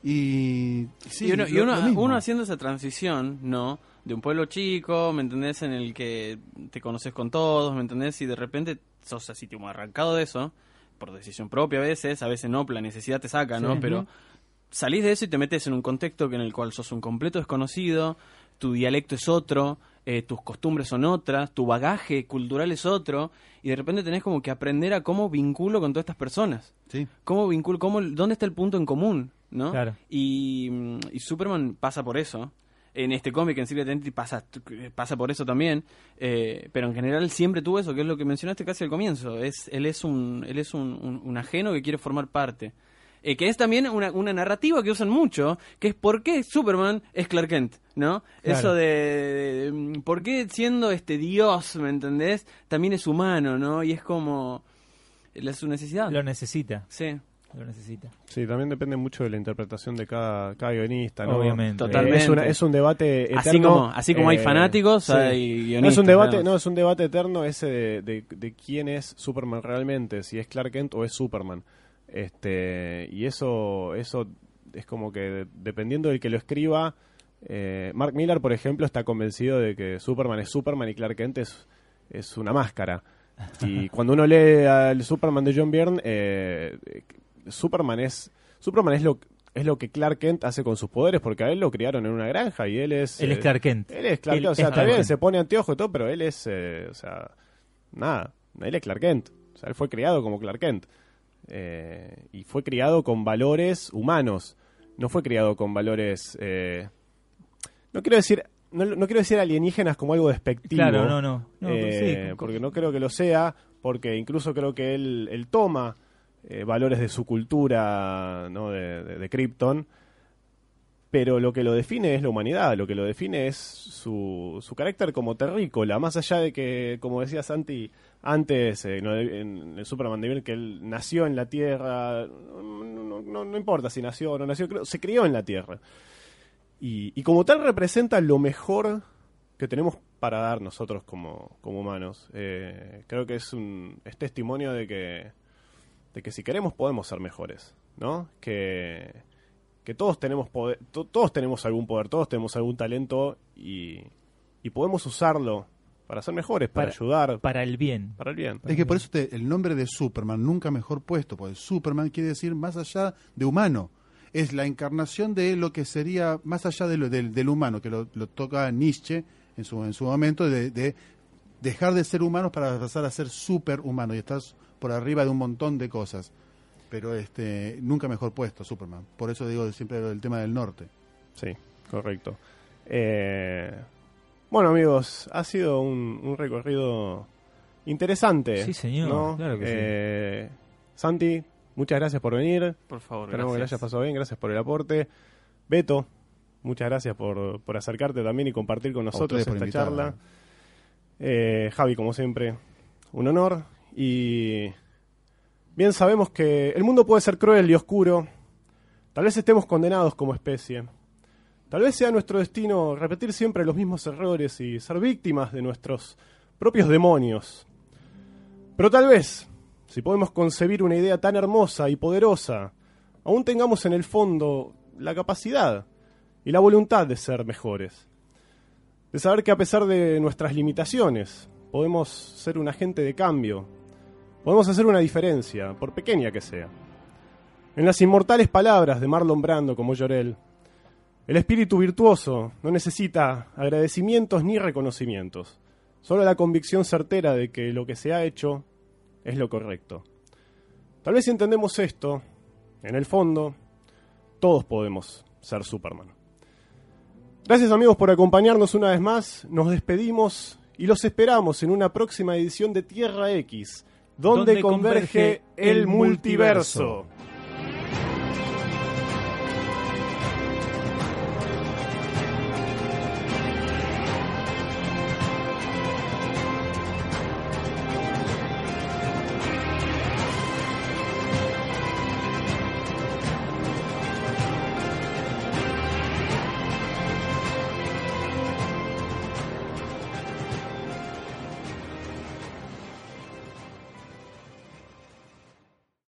Y, sí, y uno, y lo- uno, lo mismo. uno haciendo esa transición, ¿no? De un pueblo chico, ¿me entendés? En el que te conoces con todos, ¿me entendés? Y de repente sos así, como arrancado de eso, por decisión propia a veces, a veces no, la necesidad te saca, ¿no? Sí. Pero Ujú. salís de eso y te metes en un contexto en el cual sos un completo desconocido, tu dialecto es otro, eh, tus costumbres son otras, tu bagaje cultural es otro, y de repente tenés como que aprender a cómo vinculo con todas estas personas. Sí. ¿Cómo vinculo? Cómo, ¿Dónde está el punto en común? ¿No? Claro. Y, mm, y Superman pasa por eso. En este cómic, en Secret Identity, pasa, pasa por eso también. Eh, pero en general siempre tuvo eso, que es lo que mencionaste casi al comienzo. Es, él es un, él es un, un- un ajeno que quiere formar parte. Eh, que es también una, una narrativa que usan mucho, que es por qué Superman es Clark Kent, ¿no? Claro. Eso de, de- de- por qué siendo este Dios, ¿me entendés? También es humano, ¿no? Y es como la, su necesidad. Lo necesita, Sí. lo necesita. Sí, también depende mucho de la interpretación de cada, cada guionista, ¿no? Obviamente. Eh, Totalmente. Es, una- es un debate eterno. Así como, así como hay eh, fanáticos, sí. hay guionistas. No es un debate, ¿no? no, es un debate eterno ese de, de, de quién es Superman realmente, si es Clark Kent o es Superman. Este, y eso, eso es como que dependiendo del que lo escriba, eh, Mark Millar, por ejemplo, está convencido de que Superman es Superman y Clark Kent es, es una máscara. Y cuando uno lee al Superman de John Byrne, eh, Superman es Superman es lo es lo que Clark Kent hace con sus poderes, porque a él lo criaron en una granja y él es... Él es Clark Kent. Él es Clark Él Kent, o sea, es está Clark bien, Kent. se pone anteojo y todo, pero él es, eh, o sea, nada, él es Clark Kent. O sea, él fue criado como Clark Kent. Eh, y fue criado con valores humanos. No fue criado con valores... Eh, no quiero decir... No, no quiero decir alienígenas como algo despectivo. Claro, no, no. no eh, sí, porque no creo que lo sea, porque incluso creo que él, él toma eh, valores de su cultura, ¿no? de, de, de Krypton, pero lo que lo define es la humanidad, lo que lo define es su, su carácter como terrícola, más allá de que, como decía Santi antes, eh, no, en el Superman de Byrne, que él nació en la Tierra, no, no, no, no importa si nació o no nació, creo, se crió en la Tierra. Y, y como tal representa lo mejor que tenemos para dar nosotros como, como humanos. Eh, creo que es un es testimonio de que, de que si queremos podemos ser mejores, ¿no? Que, que todos tenemos poder, to, todos tenemos algún poder, todos tenemos algún talento y, y podemos usarlo para ser mejores, para, Para- ayudar, Para el bien. para el bien. Es que por eso te- el nombre de Superman nunca mejor puesto, porque Superman quiere decir más allá de humano. Es la encarnación de lo que sería más allá de lo, del, del humano, que lo, lo toca Nietzsche en su, en su momento, de, de dejar de ser humanos para pasar a ser superhumano y estás por arriba de un montón de cosas. Pero este nunca mejor puesto Superman. Por eso digo siempre el tema del norte. Sí, correcto. Eh, bueno, amigos, ha sido un, un recorrido interesante. Sí, señor, ¿no? claro que sí. Eh, Santi, muchas gracias por venir. Por favor, Esperamos que le hayas gracias. pasado bien, gracias por el aporte. Beto, muchas gracias por, por acercarte también y compartir con nosotros ustedes por esta invitarme. charla. Eh, Javi, como siempre, un honor. Y bien sabemos que el mundo puede ser cruel y oscuro. Tal vez estemos condenados como especie. Tal vez sea nuestro destino repetir siempre los mismos errores y ser víctimas de nuestros propios demonios. Pero tal vez, si podemos concebir una idea tan hermosa y poderosa, aún tengamos en el fondo la capacidad y la voluntad de ser mejores. De saber que a pesar de nuestras limitaciones, podemos ser un agente de cambio. Podemos hacer una diferencia, por pequeña que sea. En las inmortales palabras de Marlon Brando como Jor-El, el espíritu virtuoso no necesita agradecimientos ni reconocimientos, solo la convicción certera de que lo que se ha hecho es lo correcto. Tal vez si entendemos esto, en el fondo, todos podemos ser Superman. Gracias amigos por acompañarnos una vez más, nos despedimos y los esperamos en una próxima edición de Tierra X, donde, Donde converge converge el el multiverso. multiverso.